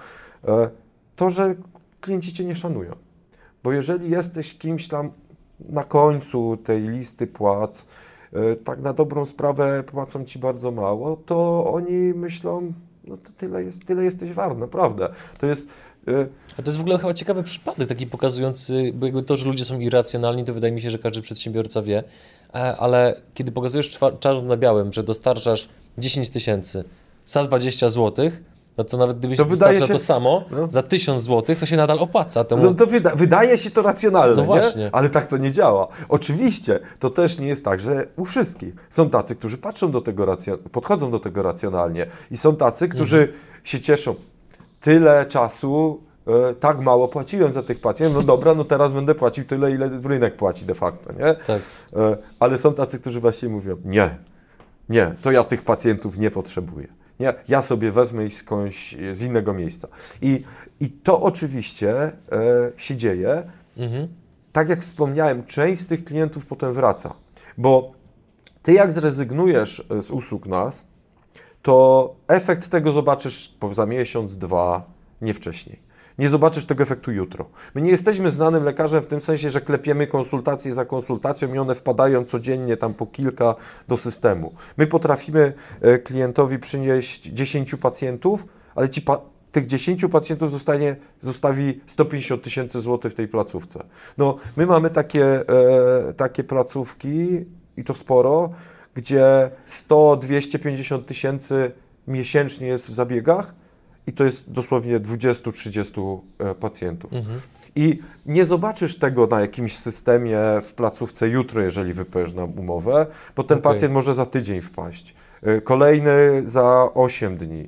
C: to, że klienci cię nie szanują. Bo jeżeli jesteś kimś tam na końcu tej listy płac, tak na dobrą sprawę płacą ci bardzo mało, to oni myślą, no to tyle, jest, tyle jesteś wart, naprawdę. To jest...
A: A to jest w ogóle chyba ciekawy przypadek, taki pokazujący, bo jakby to, że ludzie są irracjonalni, to wydaje mi się, że każdy przedsiębiorca wie, ale kiedy pokazujesz czarno na białym, że dostarczasz dziesięć tysięcy za dwadzieścia złotych, no to nawet gdybyś to dostarczał się, to samo no. za tysiąc złotych, to się nadal opłaca. Temu...
C: No to wyda wydaje się to racjonalne,
A: no właśnie.
C: Nie? Ale tak to nie działa. Oczywiście to też nie jest tak, że u wszystkich są tacy, którzy patrzą do tego podchodzą do tego racjonalnie i są tacy, którzy mhm. się cieszą. Tyle czasu, e, tak mało płaciłem za tych pacjentów, no dobra, no teraz będę płacił tyle, ile rynek płaci de facto, nie?
A: Tak.
C: E, ale są tacy, którzy właśnie mówią, nie, nie, to ja tych pacjentów nie potrzebuję. Nie, ja sobie wezmę ich skądś z innego miejsca. I, i to oczywiście e, się dzieje. Mhm. Tak jak wspomniałem, część z tych klientów potem wraca, bo Ty jak zrezygnujesz z usług nas, to efekt tego zobaczysz za miesiąc, dwa, nie wcześniej. Nie zobaczysz tego efektu jutro. My nie jesteśmy znanym lekarzem w tym sensie, że klepiemy konsultacje za konsultacją i one wpadają codziennie tam po kilka do systemu. My potrafimy klientowi przynieść dziesięciu pacjentów, ale ci pa- tych dziesięciu pacjentów zostanie, zostawi sto pięćdziesiąt tysięcy złotych w tej placówce. No, my mamy takie, e, takie placówki, i to sporo, gdzie sto do dwustu pięćdziesięciu tysięcy miesięcznie jest w zabiegach i to jest dosłownie dwadzieścia do trzydziestu pacjentów. Mhm. I nie zobaczysz tego na jakimś systemie w placówce jutro, jeżeli wypowiesz na umowę, bo ten okay. pacjent może za tydzień wpaść, kolejny za osiem dni,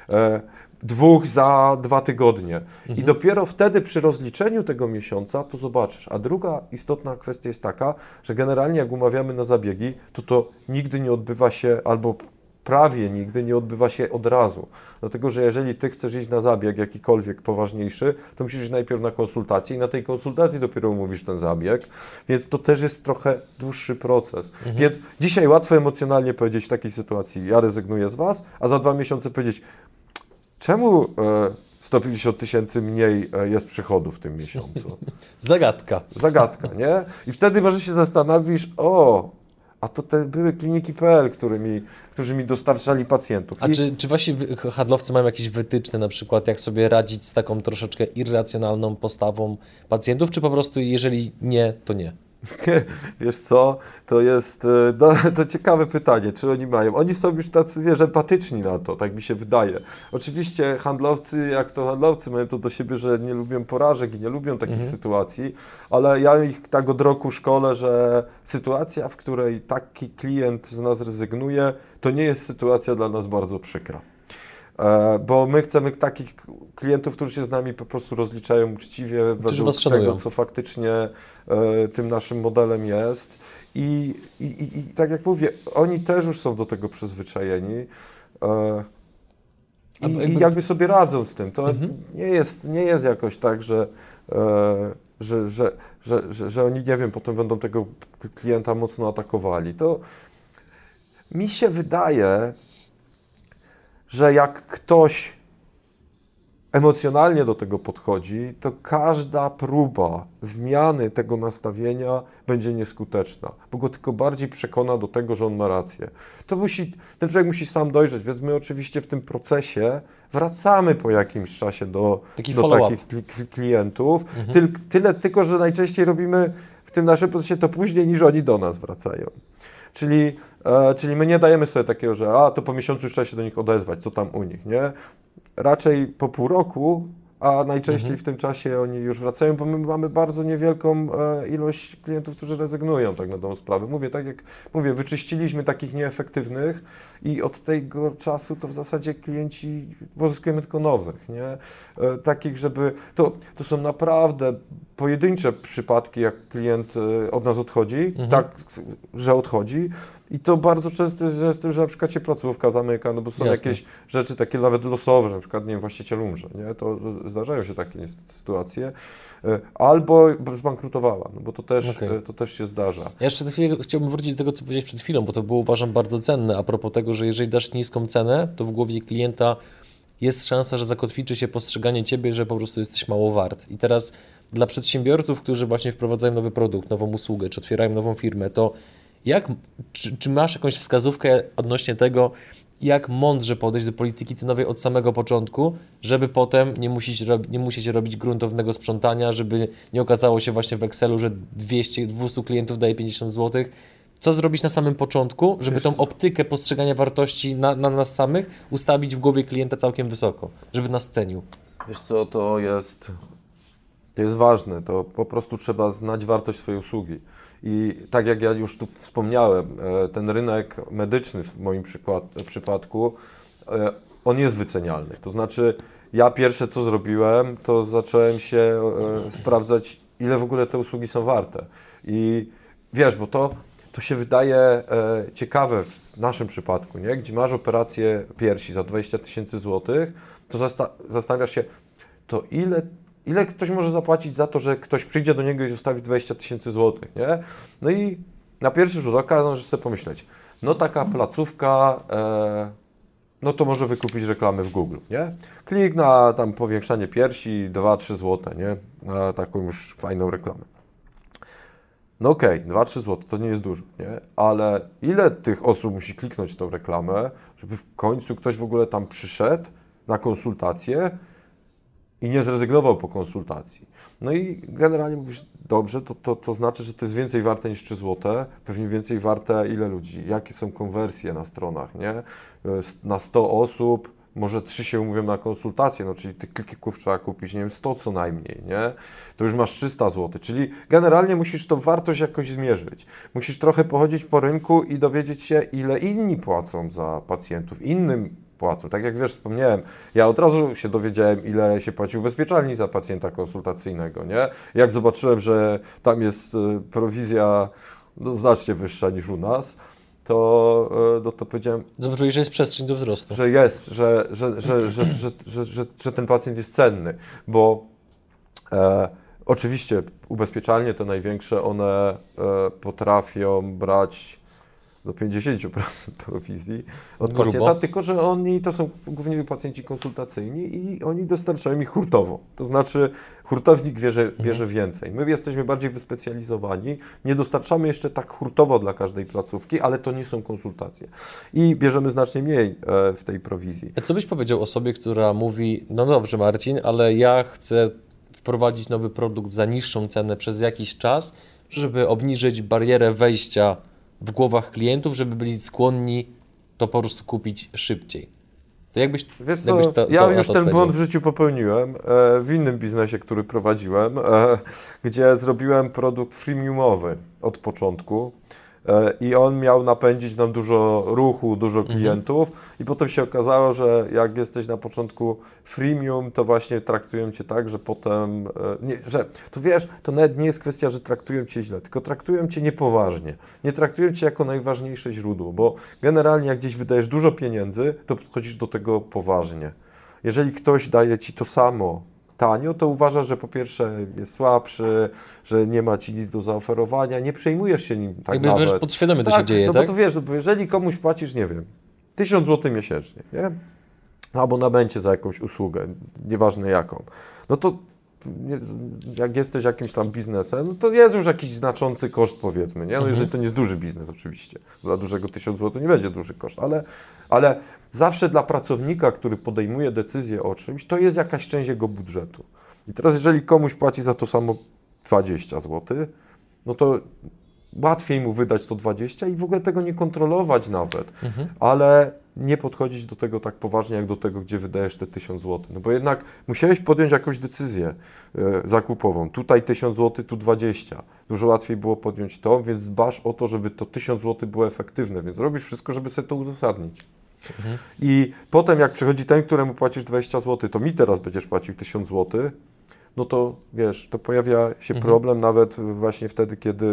C: dwóch za dwa tygodnie. Mhm. I dopiero wtedy przy rozliczeniu tego miesiąca to zobaczysz. A druga istotna kwestia jest taka, że generalnie jak umawiamy na zabiegi, to to nigdy nie odbywa się, albo prawie nigdy nie odbywa się od razu. Dlatego, że jeżeli ty chcesz iść na zabieg jakikolwiek poważniejszy, to musisz iść najpierw na konsultację i na tej konsultacji dopiero umówisz ten zabieg, więc to też jest trochę dłuższy proces. Mhm. Więc dzisiaj łatwo emocjonalnie powiedzieć w takiej sytuacji, ja rezygnuję z was, a za dwa miesiące powiedzieć, czemu e, sto pięćdziesiąt tysięcy mniej e, jest przychodów w tym miesiącu?
A: Zagadka.
C: Zagadka, nie? I wtedy może się zastanowisz, o, a to te były kliniki kropka pe el, którymi, którzy mi dostarczali pacjentów.
A: A
C: I...
A: czy, czy wasi handlowcy mają jakieś wytyczne, na przykład jak sobie radzić z taką troszeczkę irracjonalną postawą pacjentów, czy po prostu jeżeli nie, to nie?
C: Wiesz co, to jest no, to ciekawe pytanie, czy oni mają. Oni są już tacy, wiesz, empatyczni na to, tak mi się wydaje. Oczywiście handlowcy, jak to handlowcy, mają to do siebie, że nie lubią porażek i nie lubią takich mhm. sytuacji, ale ja ich tak od roku szkolę, że sytuacja, w której taki klient z nas rezygnuje, to nie jest sytuacja dla nas bardzo przykra. Bo my chcemy takich klientów, którzy się z nami po prostu rozliczają uczciwie według tego, co faktycznie e, tym naszym modelem jest. I, i, i, I tak jak mówię, oni też już są do tego przyzwyczajeni e, i, jakby... i jakby sobie radzą z tym. To mhm. nie jest, nie jest jakoś tak, że, e, że, że, że, że, że oni, nie wiem, potem będą tego klienta mocno atakowali. To mi się wydaje, że jak ktoś emocjonalnie do tego podchodzi, to każda próba zmiany tego nastawienia będzie nieskuteczna, bo go tylko bardziej przekona do tego, że on ma rację. To musi, ten człowiek musi sam dojrzeć, więc my oczywiście w tym procesie wracamy po jakimś czasie do, do takich kli, klientów, mhm. Tyl, tyle tylko, że najczęściej robimy w tym naszym procesie to później, niż oni do nas wracają. Czyli, e, czyli my nie dajemy sobie takiego, że a to po miesiącu już trzeba się do nich odezwać, co tam u nich, nie? Raczej po pół roku, a najczęściej mhm. w tym czasie oni już wracają, bo my mamy bardzo niewielką e, ilość klientów, którzy rezygnują tak na dobrą sprawę. Mówię, tak jak mówię, wyczyściliśmy takich nieefektywnych i od tego czasu to w zasadzie klienci pozyskujemy tylko nowych, nie? E, takich, żeby, to, to są naprawdę pojedyncze przypadki, jak klient e, od nas odchodzi, mhm. tak, że odchodzi. I to bardzo często jest z tym, że na przykład się placówka zamyka, no bo są Jasne. jakieś rzeczy takie nawet losowe, że na przykład, nie wiem, właściciel umrze, nie? To zdarzają się takie sytuacje. Albo zbankrutowała, no bo to też, okay. to też się zdarza.
A: Ja jeszcze chwilę chciałbym wrócić do tego, co powiedziałeś przed chwilą, bo to było, uważam, bardzo cenne a propos tego, że jeżeli dasz niską cenę, to w głowie klienta jest szansa, że zakotwiczy się postrzeganie Ciebie, że po prostu jesteś mało wart. I teraz dla przedsiębiorców, którzy właśnie wprowadzają nowy produkt, nową usługę, czy otwierają nową firmę, to jak, czy, czy masz jakąś wskazówkę odnośnie tego, jak mądrze podejść do polityki cenowej od samego początku, żeby potem nie musieć, rob, nie musieć robić gruntownego sprzątania, żeby nie okazało się właśnie w Excelu, że dwieście, dwieście klientów daje pięćdziesiąt złotych. Co zrobić na samym początku, żeby tą optykę postrzegania wartości na, na nas samych ustawić w głowie klienta całkiem wysoko, żeby nas cenił?
C: Wiesz co, to jest, to jest ważne, to po prostu trzeba znać wartość swojej usługi. I tak jak ja już tu wspomniałem, ten rynek medyczny w moim przykład, przypadku, on jest wycenialny. To znaczy, ja pierwsze co zrobiłem, to zacząłem się sprawdzać, ile w ogóle te usługi są warte. I wiesz, bo to, to się wydaje ciekawe w naszym przypadku, nie? Gdzie masz operację piersi za dwadzieścia tysięcy złotych, to zasta- zastanawiasz się, to ile Ile ktoś może zapłacić za to, że ktoś przyjdzie do niego i zostawi dwadzieścia tysięcy złotych, nie? No i na pierwszy rzut oka możesz sobie pomyśleć, no taka placówka, e, no to może wykupić reklamy w Google, nie? Klik na tam powiększanie piersi, dwa trzy złote, nie? Na taką już fajną reklamę. No okej, okay, dwa trzy złote to nie jest dużo, nie? Ale ile tych osób musi kliknąć w tą reklamę, żeby w końcu ktoś w ogóle tam przyszedł na konsultację i nie zrezygnował po konsultacji. No i generalnie mówisz, dobrze, to, to, to znaczy, że to jest więcej warte niż trzy złote, pewnie więcej warte ile ludzi, jakie są konwersje na stronach, nie? Na sto osób, może trzy się umówią na konsultację, no czyli tych klików trzeba kupić, nie wiem, sto co najmniej, nie? To już masz trzysta złotych, czyli generalnie musisz tą wartość jakoś zmierzyć. Musisz trochę pochodzić po rynku i dowiedzieć się, ile inni płacą za pacjentów, innym płacą. Tak jak wiesz, wspomniałem, ja od razu się dowiedziałem, ile się płaci ubezpieczalni za pacjenta konsultacyjnego, nie? Jak zobaczyłem, że tam jest prowizja no, znacznie wyższa niż u nas, to, no, to powiedziałem...
A: Zobaczyłeś, że jest przestrzeń do wzrostu.
C: Że jest, że, że, że, że, że, że, że, że ten pacjent jest cenny, bo e, oczywiście ubezpieczalnie te największe, one e, potrafią brać do pięćdziesiąt procent prowizji od
A: Grubo.
C: pacjenta, tylko że oni to są głównie pacjenci konsultacyjni i oni dostarczają ich hurtowo. To znaczy hurtownik bierze, bierze więcej. My jesteśmy bardziej wyspecjalizowani, nie dostarczamy jeszcze tak hurtowo dla każdej placówki, ale to nie są konsultacje. I bierzemy znacznie mniej e, w tej prowizji.
A: A co byś powiedział osobie, która mówi, no dobrze Marcin, ale ja chcę wprowadzić nowy produkt za niższą cenę przez jakiś czas, żeby obniżyć barierę wejścia w głowach klientów, żeby byli skłonni to po prostu kupić szybciej. To jakbyś,
C: Wiesz co,
A: jakbyś to,
C: ja
A: to,
C: już
A: to
C: ten błąd w życiu popełniłem e, w innym biznesie, który prowadziłem, e, gdzie zrobiłem produkt freemiumowy od początku e, i on miał napędzić nam dużo ruchu, dużo klientów mhm. i potem się okazało, że jak jesteś na początku freemium, to właśnie traktują Cię tak, że potem, e, nie, że to wiesz, to nawet nie jest kwestia, że traktują Cię źle, tylko traktują Cię niepoważnie. Nie traktują Cię jako najważniejsze źródło, bo generalnie jak gdzieś wydajesz dużo pieniędzy, to podchodzisz do tego poważnie. Jeżeli ktoś daje Ci to samo tanio, to uważasz, że po pierwsze jest słabszy, że nie ma Ci nic do zaoferowania, nie przejmujesz się nim tak
A: Jakby
C: nawet.
A: wiesz, podświadomie to
C: tak,
A: się dzieje,
C: no
A: tak?
C: bo to wiesz, no bo jeżeli komuś płacisz, nie wiem, tysiąc złotych miesięcznie, nie? Na abonamencie za jakąś usługę, nieważne jaką, no to jak jesteś jakimś tam biznesem, no to jest już jakiś znaczący koszt, powiedzmy, nie? No
A: mhm.
C: jeżeli to nie jest duży biznes oczywiście, dla dużego tysiąc złotych nie będzie duży koszt, ale, ale zawsze dla pracownika, który podejmuje decyzję o czymś, to jest jakaś część jego budżetu. I teraz jeżeli komuś płaci za to samo dwadzieścia złotych, no to łatwiej mu wydać to dwadzieścia i w ogóle tego nie kontrolować nawet, mhm. ale nie podchodzić do tego tak poważnie, jak do tego, gdzie wydajesz te tysiąc złotych. No bo jednak musiałeś podjąć jakąś decyzję y, zakupową. Tutaj tysiąc złotych, tu dwadzieścia. Dużo łatwiej było podjąć to, więc dbasz o to, żeby to tysiąc złotych było efektywne, więc robisz wszystko, żeby sobie to uzasadnić. Mhm. I potem jak przychodzi ten, któremu płacisz dwadzieścia złotych, to mi teraz będziesz płacił tysiąc złotych, no to wiesz, to pojawia się mhm. problem nawet właśnie wtedy, kiedy,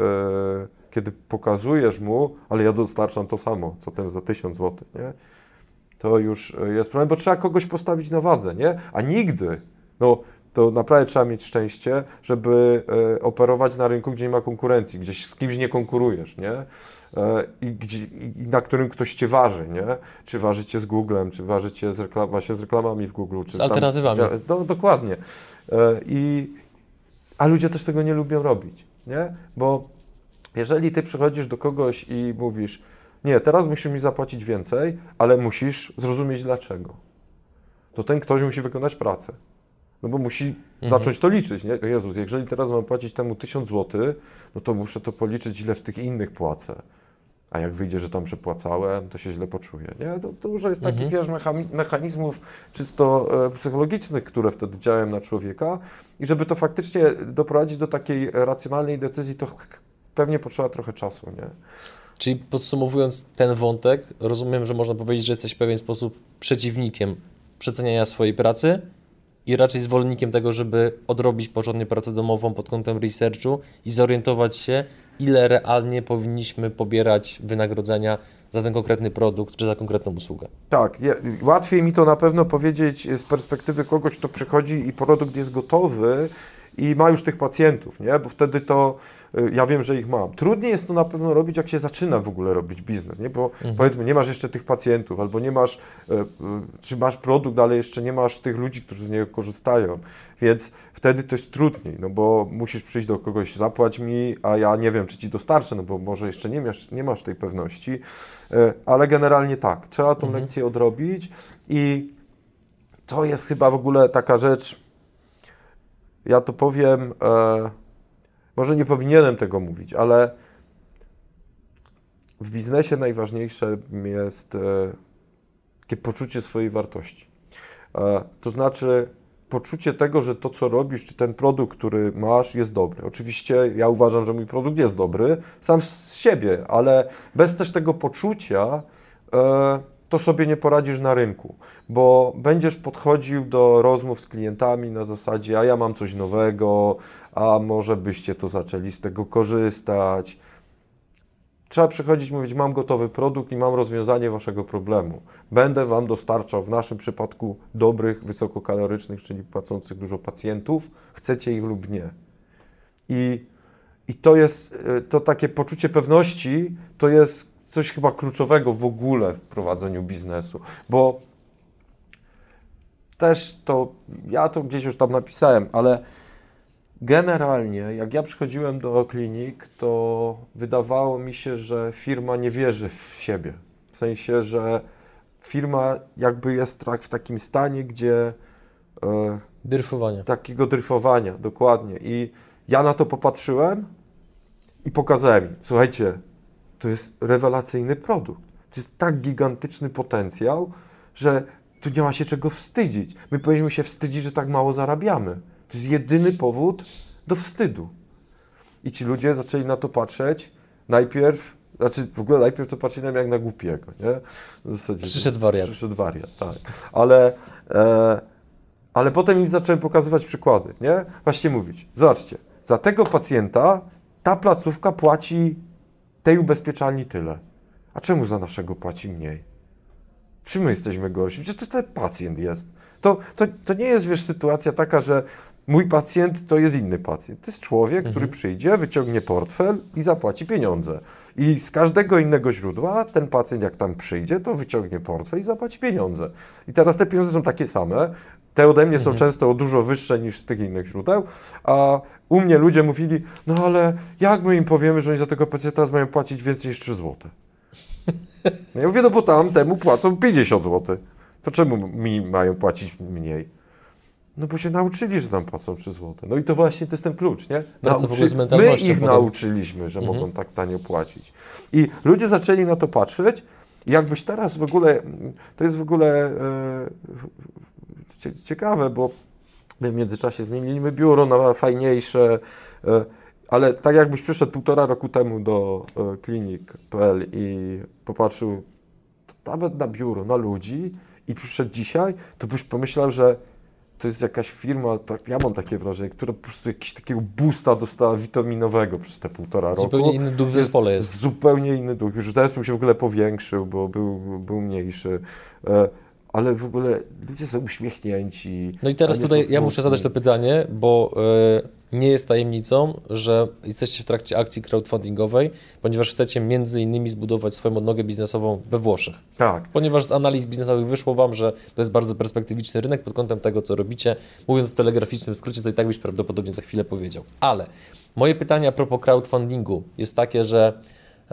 C: e, kiedy pokazujesz mu, ale ja dostarczam to samo, co ten za tysiąc złotych, nie? To już jest problem, bo trzeba kogoś postawić na wadze, nie? A nigdy, no to naprawdę trzeba mieć szczęście, żeby e, operować na rynku, gdzie nie ma konkurencji, gdzieś z kimś nie konkurujesz, nie? E, i, gdzie, i na którym ktoś Cię waży, nie? Czy waży Cię z Googlem, czy waży Cię z, reklam, właśnie z reklamami w Google. Czy
A: z alternatywami.
C: Tam, no, dokładnie. E, i, a ludzie też tego nie lubią robić, nie? Bo jeżeli Ty przychodzisz do kogoś i mówisz, nie, teraz musisz mi zapłacić więcej, ale musisz zrozumieć dlaczego, to ten ktoś musi wykonać pracę. No bo musi mhm. zacząć to liczyć, nie? Jezu, jeżeli teraz mam płacić temu tysiąc złotych, no to muszę to policzyć, ile w tych innych płacę. A jak wyjdzie, że tam przepłacałem, to się źle poczuję, nie? To, to dużo jest takich mhm. mechanizmów czysto e, psychologicznych, które wtedy działają na człowieka i żeby to faktycznie doprowadzić do takiej racjonalnej decyzji, to pewnie potrzeba trochę czasu, nie?
A: Czyli podsumowując ten wątek, rozumiem, że można powiedzieć, że jesteś w pewien sposób przeciwnikiem przeceniania swojej pracy i raczej zwolennikiem tego, żeby odrobić porządnie pracę domową pod kątem researchu i zorientować się, ile realnie powinniśmy pobierać wynagrodzenia za ten konkretny produkt czy za konkretną usługę.
C: Tak, je, łatwiej mi to na pewno powiedzieć z perspektywy kogoś, kto przychodzi i produkt jest gotowy i ma już tych pacjentów, nie? Bo wtedy to ja wiem, że ich mam. Trudniej jest to na pewno robić, jak się zaczyna w ogóle robić biznes, nie? Bo mhm. powiedzmy, nie masz jeszcze tych pacjentów, albo nie masz, czy masz produkt, ale jeszcze nie masz tych ludzi, którzy z niego korzystają, więc wtedy to jest trudniej, no bo musisz przyjść do kogoś, zapłać mi, a ja nie wiem, czy ci dostarczę, no bo może jeszcze nie masz, nie masz tej pewności, ale generalnie tak, trzeba tą mhm. lekcję odrobić i to jest chyba w ogóle taka rzecz, ja to powiem, e, może nie powinienem tego mówić, ale w biznesie najważniejsze jest e, takie poczucie swojej wartości. E, to znaczy poczucie tego, że to, co robisz, czy ten produkt, który masz, jest dobry. Oczywiście ja uważam, że mój produkt jest dobry, sam z siebie, ale bez też tego poczucia e, to sobie nie poradzisz na rynku, bo będziesz podchodził do rozmów z klientami na zasadzie, a ja mam coś nowego, a może byście to zaczęli z tego korzystać. Trzeba przychodzić i mówić, mam gotowy produkt i mam rozwiązanie waszego problemu. Będę wam dostarczał w naszym przypadku dobrych, wysokokalorycznych, czyli płacących dużo pacjentów, chcecie ich lub nie. I, i to jest, to takie poczucie pewności, to jest coś chyba kluczowego w ogóle w prowadzeniu biznesu, bo też to, ja to gdzieś już tam napisałem, ale generalnie jak ja przychodziłem do klinik, to wydawało mi się, że firma nie wierzy w siebie. W sensie, że firma jakby jest w takim stanie, gdzie... E,
A: dryfowania.
C: Takiego dryfowania, dokładnie. I ja na to popatrzyłem i pokazałem im, słuchajcie, to jest rewelacyjny produkt. To jest tak gigantyczny potencjał, że tu nie ma się czego wstydzić. My powinniśmy się wstydzić, że tak mało zarabiamy. To jest jedyny powód do wstydu. I ci ludzie zaczęli na to patrzeć najpierw, znaczy w ogóle najpierw to patrzyli na mnie jak na głupiego, nie? W zasadzie,
A: przyszedł wariat.
C: Przyszedł wariat, tak. Ale, e, ale potem im zacząłem pokazywać przykłady, nie? Właśnie mówić, zobaczcie, za tego pacjenta ta placówka płaci tej ubezpieczalni tyle. A czemu za naszego płaci mniej? Czym my jesteśmy gorsi? Przecież to ten pacjent jest. To, to, to nie jest, wiesz, sytuacja taka, że mój pacjent to jest inny pacjent. To jest człowiek, mhm. który przyjdzie, wyciągnie portfel i zapłaci pieniądze. I z każdego innego źródła ten pacjent, jak tam przyjdzie, to wyciągnie portfel i zapłaci pieniądze. I teraz te pieniądze są takie same. Te ode mnie mhm. są często dużo wyższe niż z tych innych źródeł, a u mnie ludzie mówili, no ale jak my im powiemy, że oni za tego pacjenta teraz mają płacić więcej niż trzy złote? No ja mówię, no bo tam temu płacą pięćdziesiąt złotych. To czemu mi mają płacić mniej? No bo się nauczyli, że tam płacą trzy złote. No i to właśnie to jest ten klucz, nie?
A: Nauczy... w ogóle z
C: My
A: mentalnością
C: ich
A: potem.
C: nauczyliśmy, że
A: Mhm.
C: mogą tak tanio płacić. I ludzie zaczęli na to patrzeć. Jakbyś teraz w ogóle, to jest w ogóle e, ciekawe, bo my w międzyczasie zmieniliśmy biuro na fajniejsze, e, ale tak jakbyś przyszedł półtora roku temu do e, klinik kropka p l i popatrzył nawet na biuro, na ludzi i przyszedł dzisiaj, to byś pomyślał, że to jest jakaś firma, tak, ja mam takie wrażenie, która po prostu jakiegoś takiego boosta dostała witaminowego przez te półtora roku.
A: Zupełnie inny duch w zespole jest.
C: jest. Zupełnie inny duch. Już zespół się w ogóle powiększył, bo był, był mniejszy. E, ale w ogóle ludzie są uśmiechnięci.
A: No i teraz tutaj ja muszę zadać to pytanie, bo y, nie jest tajemnicą, że jesteście w trakcie akcji crowdfundingowej, ponieważ chcecie między innymi zbudować swoją odnogę biznesową we Włoszech.
C: Tak.
A: Ponieważ z analiz biznesowych wyszło Wam, że to jest bardzo perspektywiczny rynek pod kątem tego, co robicie. Mówiąc w telegraficznym skrócie, co i tak byś prawdopodobnie za chwilę powiedział. Ale moje pytanie a propos crowdfundingu jest takie, że y,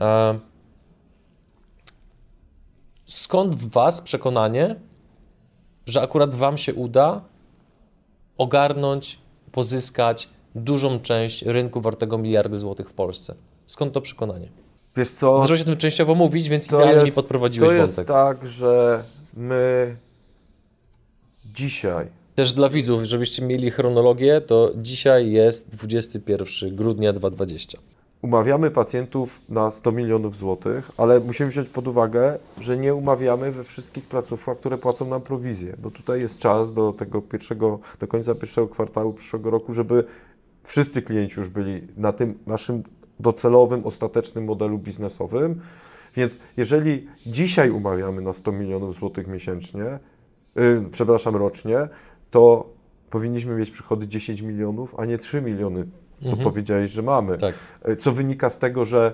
A: skąd w Was przekonanie, że akurat Wam się uda ogarnąć, pozyskać dużą część rynku wartego miliardy złotych w Polsce? Skąd to przekonanie?
C: Wiesz co?
A: Zacząłeś o tym częściowo mówić, więc idealnie
C: jest,
A: mi podprowadziłeś
C: to
A: wątek.
C: To jest tak, że my dzisiaj...
A: Też dla widzów, żebyście mieli chronologię, to dzisiaj jest dwudziestego pierwszego grudnia dwa tysiące dwudziestego.
C: Umawiamy pacjentów na sto milionów złotych, ale musimy wziąć pod uwagę, że nie umawiamy we wszystkich placówkach, które płacą nam prowizję, bo tutaj jest czas do tego pierwszego, do końca pierwszego kwartału przyszłego roku, żeby wszyscy klienci już byli na tym naszym docelowym, ostatecznym modelu biznesowym. Więc jeżeli dzisiaj umawiamy na sto milionów złotych miesięcznie, yy, przepraszam, rocznie, to powinniśmy mieć przychody dziesięć milionów, a nie trzy miliony, co
A: Mhm.
C: powiedziałeś, że mamy.
A: Tak.
C: Co wynika z tego, że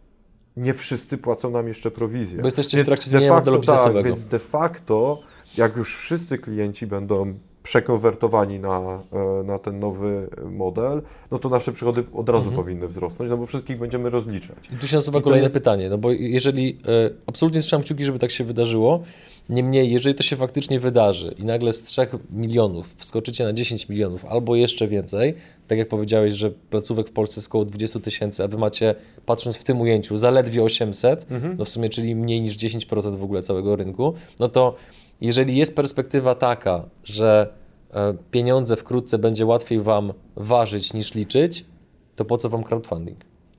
C: nie wszyscy płacą nam jeszcze prowizję.
A: Bo jesteście
C: Więc
A: w trakcie
C: de
A: zmieniania
C: facto,
A: modelu
C: tak,
A: biznesowego.
C: Więc de facto, jak już wszyscy klienci będą przekonwertowani na, e, na ten nowy model, no to nasze przychody od razu
A: Mhm.
C: powinny wzrosnąć, no bo wszystkich będziemy rozliczać.
A: I tu się nasuwa
C: I to
A: kolejne
C: jest-
A: pytanie, no bo jeżeli, e, absolutnie trzymam kciuki, żeby tak się wydarzyło, niemniej jeżeli to się faktycznie wydarzy i nagle z trzech milionów wskoczycie na dziesięć milionów albo jeszcze więcej, tak jak powiedziałeś, że placówek w Polsce jest około dwadzieścia tysięcy, a wy macie, patrząc w tym ujęciu, zaledwie osiemset,
C: Mhm.
A: no w sumie, czyli mniej niż dziesięć procent w ogóle całego rynku, no to jeżeli jest perspektywa taka, że e, pieniądze wkrótce będzie łatwiej wam ważyć niż liczyć, to po co wam crowdfunding?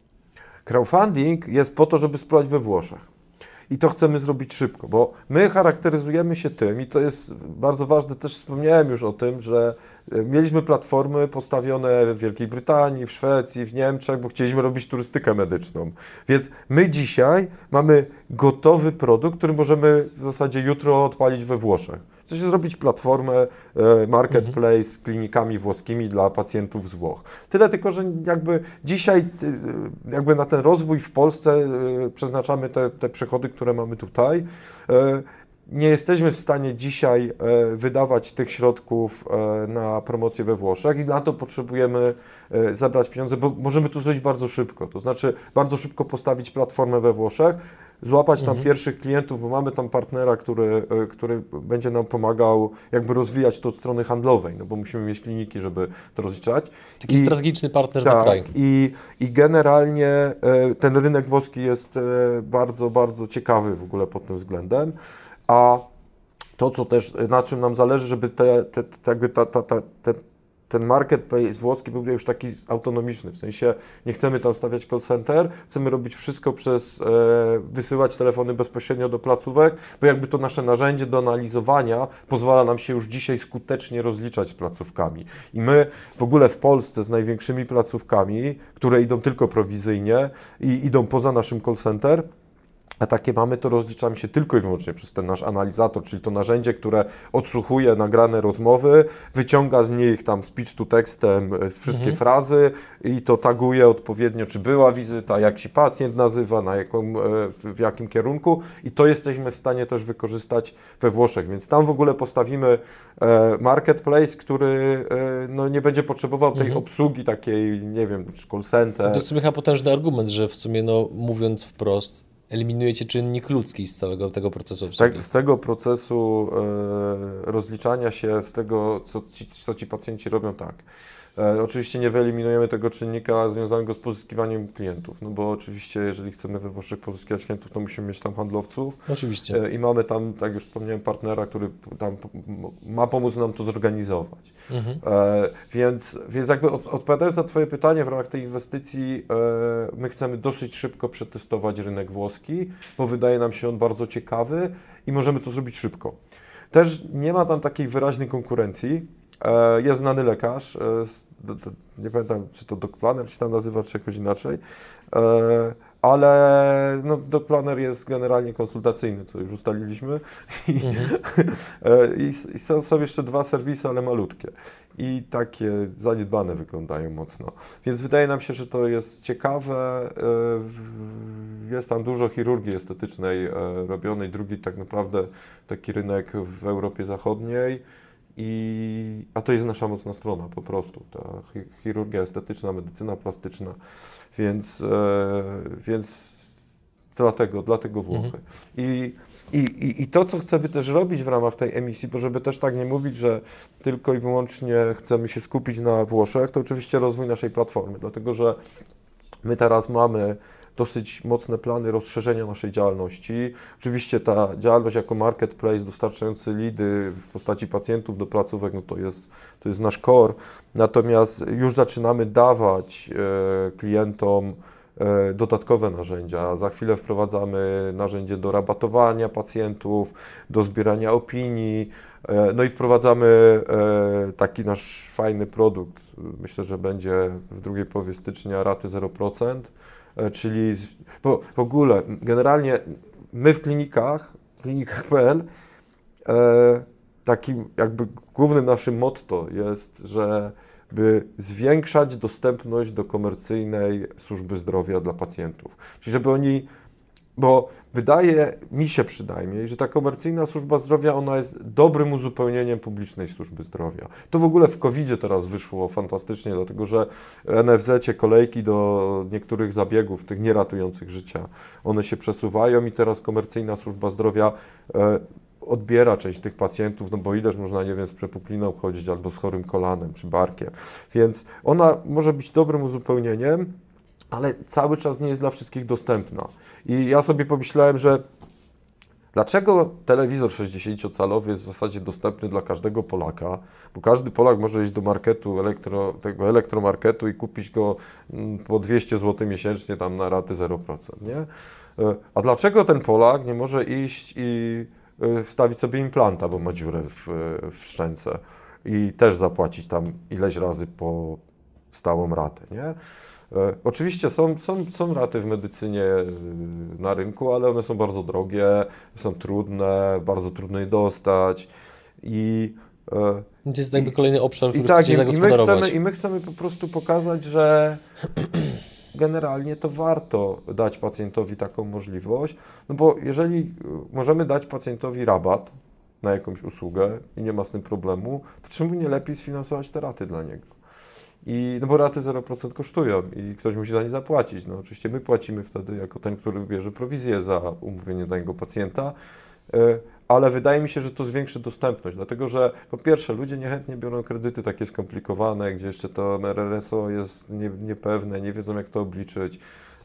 C: Crowdfunding jest po to, żeby spróbować we Włoszech. I to chcemy zrobić szybko, bo my charakteryzujemy się tym, i to jest bardzo ważne, też wspomniałem już o tym, że mieliśmy platformy postawione w Wielkiej Brytanii, w Szwecji, w Niemczech, bo chcieliśmy robić turystykę medyczną. Więc my dzisiaj mamy gotowy produkt, który możemy w zasadzie jutro odpalić we Włoszech. Chcecie zrobić platformę, e, marketplace mhm. z klinikami włoskimi dla pacjentów z Włoch. Tyle tylko, że jakby dzisiaj e, jakby na ten rozwój w Polsce e, przeznaczamy te, te przychody, które mamy tutaj. E, Nie jesteśmy w stanie dzisiaj e, wydawać tych środków e, na promocję we Włoszech i na to potrzebujemy e, zebrać pieniądze, bo możemy to zrobić bardzo szybko. To znaczy bardzo szybko postawić platformę we Włoszech, złapać tam
A: Mhm.
C: pierwszych klientów, bo mamy tam partnera, który, e, który będzie nam pomagał jakby rozwijać to od strony handlowej, no bo musimy mieć kliniki, żeby to rozliczać.
A: Taki
C: I-
A: strategiczny partner na kraj.
C: tak, i, i generalnie e, ten rynek włoski jest e, bardzo, bardzo ciekawy w ogóle pod tym względem, a to, co też, na czym nam zależy, żeby te, te, te, jakby ta, ta, ta, te, ten marketplace włoski był już taki autonomiczny, w sensie nie chcemy tam stawiać call center, chcemy robić wszystko przez, e, wysyłać telefony bezpośrednio do placówek, bo jakby to nasze narzędzie do analizowania pozwala nam się już dzisiaj skutecznie rozliczać z placówkami. I my w ogóle w Polsce z największymi placówkami, które idą tylko prowizyjnie i idą poza naszym call center, a takie mamy, to rozliczamy się tylko i wyłącznie przez ten nasz analizator, czyli to narzędzie, które odsłuchuje nagrane rozmowy, wyciąga z nich tam speech to tekstem wszystkie
A: Mhm.
C: frazy i to taguje odpowiednio, czy była wizyta, jak się pacjent nazywa, na jaką, w, w jakim kierunku, i to jesteśmy w stanie też wykorzystać we Włoszech, więc tam w ogóle postawimy e, marketplace, który e, no, nie będzie potrzebował tej
A: Mhm.
C: obsługi takiej, nie wiem, czy call center.
A: To jest w sumie chyba potężny argument, że w sumie, no mówiąc wprost, eliminujecie czynnik ludzki z całego tego procesu
C: Z,
A: obsługi.
C: te, z tego procesu e, rozliczania się, z tego, co ci, co ci pacjenci robią, tak. E, oczywiście nie wyeliminujemy tego czynnika związanego z pozyskiwaniem klientów, no bo oczywiście, jeżeli chcemy we Włoszech pozyskiwać klientów, to musimy mieć tam handlowców.
A: Oczywiście.
C: E, I mamy tam, tak już wspomniałem, partnera, który tam p- m- ma pomóc nam to zorganizować.
A: Mhm.
C: E, więc, więc jakby od, odpowiadając na Twoje pytanie, w ramach tej inwestycji e, my chcemy dosyć szybko przetestować rynek włoski, bo wydaje nam się on bardzo ciekawy i możemy to zrobić szybko. Też nie ma tam takiej wyraźnej konkurencji. E, jest znany lekarz, e, z, do, do, nie pamiętam, czy to DocPlanner się tam nazywa, czy jakoś inaczej, e, ale no, DocPlanner jest generalnie konsultacyjny, co już ustaliliśmy. I,
A: Mhm.
C: e, i, i są, są jeszcze dwa serwisy, ale malutkie. I takie zaniedbane wyglądają mocno. Więc wydaje nam się, że to jest ciekawe. e, w- Jest tam dużo chirurgii estetycznej e, robionej. Drugi tak naprawdę taki rynek w Europie Zachodniej. I, a to jest nasza mocna strona po prostu, ta chi- chirurgia estetyczna, medycyna plastyczna, więc, e, więc dlatego, dlatego Włochy.
A: Mhm.
C: I, i, i, I to, co chcemy też robić w ramach tej emisji, bo żeby też tak nie mówić, że tylko i wyłącznie chcemy się skupić na Włoszech, to oczywiście rozwój naszej platformy, dlatego że my teraz mamy dosyć mocne plany rozszerzenia naszej działalności. Oczywiście ta działalność jako marketplace dostarczający lidy w postaci pacjentów do placówek, no to jest, to jest nasz core. Natomiast już zaczynamy dawać e, klientom e, dodatkowe narzędzia. Za chwilę wprowadzamy narzędzie do rabatowania pacjentów, do zbierania opinii. E, no i wprowadzamy e, taki nasz fajny produkt. Myślę, że będzie w drugiej połowie stycznia raty zero procent. Czyli bo w ogóle generalnie my w klinikach, klinikach kropka pe el e, takim jakby głównym naszym motto jest, żeby zwiększać dostępność do komercyjnej służby zdrowia dla pacjentów. Czyli żeby oni, bo wydaje mi się przynajmniej, że ta komercyjna służba zdrowia, ona jest dobrym uzupełnieniem publicznej służby zdrowia. To w ogóle w kowidzie teraz wyszło fantastycznie, dlatego że w en ef zecie kolejki do niektórych zabiegów, tych nieratujących życia, one się przesuwają i teraz komercyjna służba zdrowia e, odbiera część tych pacjentów, no bo ileż można, nie wiem, z przepukliną chodzić albo z chorym kolanem czy barkiem. Więc ona może być dobrym uzupełnieniem, ale cały czas nie jest dla wszystkich dostępna. I ja sobie pomyślałem, że dlaczego telewizor sześćdziesięciocalowy jest w zasadzie dostępny dla każdego Polaka, bo każdy Polak może iść do marketu, elektro, tego elektromarketu i kupić go po dwieście złotych miesięcznie tam na raty zero procent, nie? A dlaczego ten Polak nie może iść i wstawić sobie implanta, bo ma dziurę w, w szczęce i też zapłacić tam ileś razy po stałą ratę, nie? E, oczywiście są, są, są raty w medycynie na rynku, ale one są bardzo drogie, są trudne, bardzo trudno je dostać i e,
A: to jest jakby kolejny obszar, który
C: i tak,
A: chcecie
C: i,
A: zagospodarować.
C: I my, chcemy, I my chcemy po prostu pokazać, że generalnie to warto dać pacjentowi taką możliwość, no bo jeżeli możemy dać pacjentowi rabat na jakąś usługę i nie ma z tym problemu, to czemu nie lepiej sfinansować te raty dla niego? I, no bo raty zero procent kosztują i ktoś musi za nie zapłacić. No oczywiście my płacimy wtedy jako ten, który bierze prowizję za umówienie danego pacjenta, ale wydaje mi się, że to zwiększy dostępność, dlatego że po pierwsze ludzie niechętnie biorą kredyty takie skomplikowane, gdzie jeszcze to em er er es o jest nie, niepewne, nie wiedzą jak to obliczyć,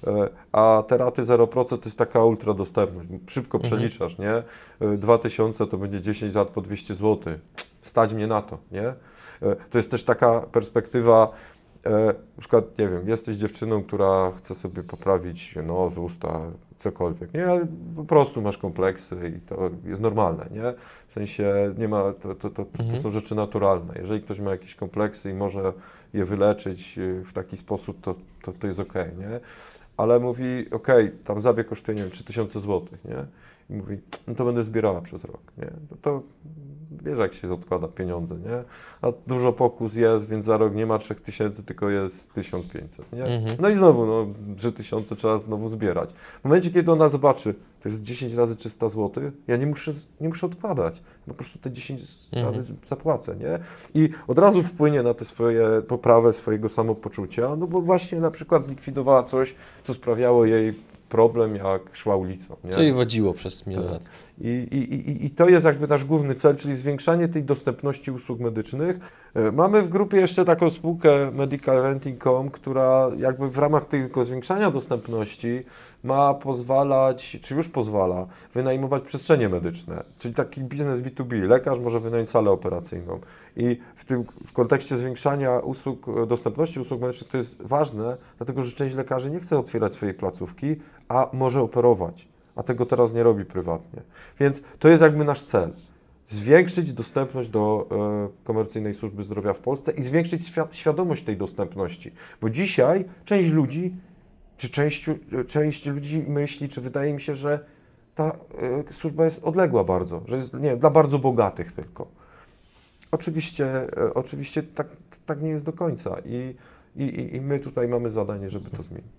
C: a te raty zero procent to jest taka ultra dostępność, szybko
A: Mhm.
C: przeliczasz, nie? dwa tysiące to będzie dziesięć lat po dwieście złotych, stać mnie na to, nie? To jest też taka perspektywa, na przykład, nie wiem, jesteś dziewczyną, która chce sobie poprawić nos, usta, cokolwiek, nie? Ale po prostu masz kompleksy i to jest normalne, nie? W sensie nie ma, to, to, to, to
A: Mhm.
C: są rzeczy naturalne. Jeżeli ktoś ma jakieś kompleksy i może je wyleczyć w taki sposób, to, to, to jest okej, nie? Ale mówi, okej, tam zabieg kosztuje, nie wiem, trzy tysiące złotych, nie? I mówi, no to będę zbierała przez rok, nie? No to wiesz, jak się odkłada pieniądze, nie? A dużo pokus jest, więc za rok nie ma trzech tysięcy, tylko jest tysiąc pięćset, nie?
A: Mhm.
C: No i znowu, no, trzy tysiące trzeba znowu zbierać. W momencie, kiedy ona zobaczy, to jest dziesięć razy trzysta złotych, ja nie muszę, nie muszę odkładać, po prostu te dziesięć
A: Mhm.
C: razy zapłacę, nie? I od razu wpłynie na te swoje, poprawę swojego samopoczucia, no bo właśnie na przykład zlikwidowała coś, co sprawiało jej problem, jak szła ulicą, nie?
A: Co jej wadziło przez milion lat.
C: I, i, i, I to jest jakby nasz główny cel, czyli zwiększanie tej dostępności usług medycznych. Mamy w grupie jeszcze taką spółkę medical renting kropka com, która jakby w ramach tego zwiększania dostępności ma pozwalać, czy już pozwala, wynajmować przestrzenie medyczne, czyli taki biznes B dwa B. Lekarz może wynająć salę operacyjną i w tym w kontekście zwiększania usług, dostępności usług medycznych to jest ważne, dlatego że część lekarzy nie chce otwierać swojej placówki, a może operować, a tego teraz nie robi prywatnie. Więc to jest jakby nasz cel. Zwiększyć dostępność do e, komercyjnej służby zdrowia w Polsce i zwiększyć świ- świadomość tej dostępności. Bo dzisiaj część ludzi, czy część, część ludzi myśli, czy wydaje mi się, że ta e, służba jest odległa bardzo, że jest, nie wiem, dla bardzo bogatych tylko. Oczywiście, e, oczywiście tak, tak nie jest do końca i, i, i my tutaj mamy zadanie, żeby to zmienić.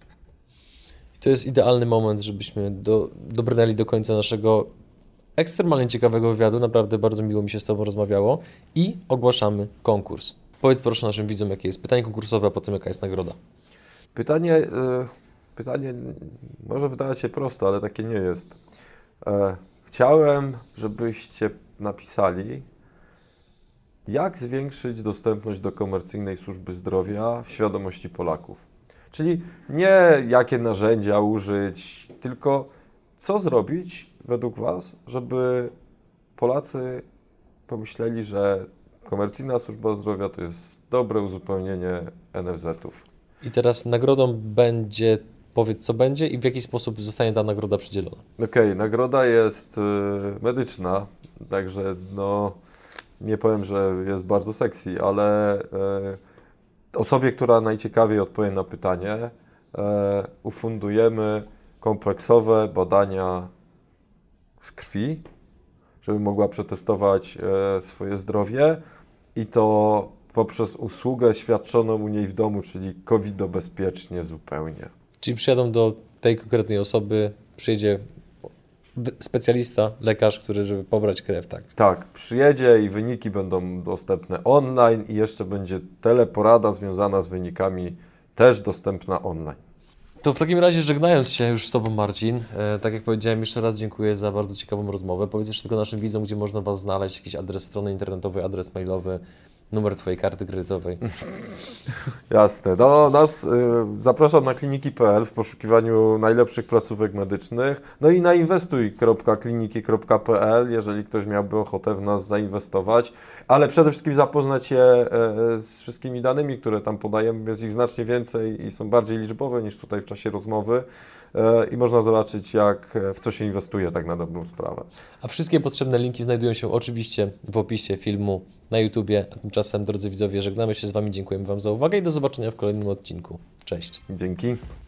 A: To jest idealny moment, żebyśmy do, dobrnęli do końca naszego ekstremalnie ciekawego wywiadu. Naprawdę bardzo miło mi się z Tobą rozmawiało i ogłaszamy konkurs. Powiedz proszę naszym widzom, jakie jest pytanie konkursowe, a potem jaka jest nagroda.
C: Pytanie, y, pytanie może wydawać się proste, ale takie nie jest. E, chciałem, żebyście napisali, jak zwiększyć dostępność do komercyjnej służby zdrowia w świadomości Polaków. Czyli nie jakie narzędzia użyć, tylko co zrobić według Was, żeby Polacy pomyśleli, że komercyjna służba zdrowia to jest dobre uzupełnienie en ef zetów.
A: I teraz nagrodą będzie, powiedz co będzie i w jaki sposób zostanie ta nagroda przydzielona.
C: Okej, okay, nagroda jest y, medyczna, także no nie powiem, że jest bardzo sexy, ale y, osobie, która najciekawiej odpowie na pytanie, y, ufundujemy kompleksowe badania z krwi, żeby mogła przetestować e, swoje zdrowie i to poprzez usługę świadczoną u niej w domu, czyli covidobezpiecznie zupełnie.
A: Czyli przyjadą do tej konkretnej osoby, przyjedzie specjalista, lekarz, który, żeby pobrać krew, tak?
C: Tak, przyjedzie i wyniki będą dostępne online i jeszcze będzie teleporada związana z wynikami też dostępna online.
A: To w takim razie, żegnając się już z Tobą, Marcin, e, tak jak powiedziałem, jeszcze raz dziękuję za bardzo ciekawą rozmowę. Powiedz jeszcze tylko naszym widzom, gdzie można Was znaleźć, jakiś adres strony internetowej, adres mailowy, numer Twojej karty kredytowej.
C: Jasne. No, nas y, zapraszam na kliniki kropka p l w poszukiwaniu najlepszych placówek medycznych. No i na inwestuj kropka kliniki kropka p l, jeżeli ktoś miałby ochotę w nas zainwestować, ale przede wszystkim zapoznać się e, z wszystkimi danymi, które tam podajemy. Jest ich znacznie więcej i są bardziej liczbowe niż tutaj w czasie rozmowy. E, I można zobaczyć, jak, w co się inwestuje tak na dobrą sprawę.
A: A wszystkie potrzebne linki znajdują się oczywiście w opisie filmu na YouTubie. A tymczasem, drodzy widzowie, żegnamy się z Wami, dziękujemy Wam za uwagę i do zobaczenia w kolejnym odcinku. Cześć.
C: Dzięki.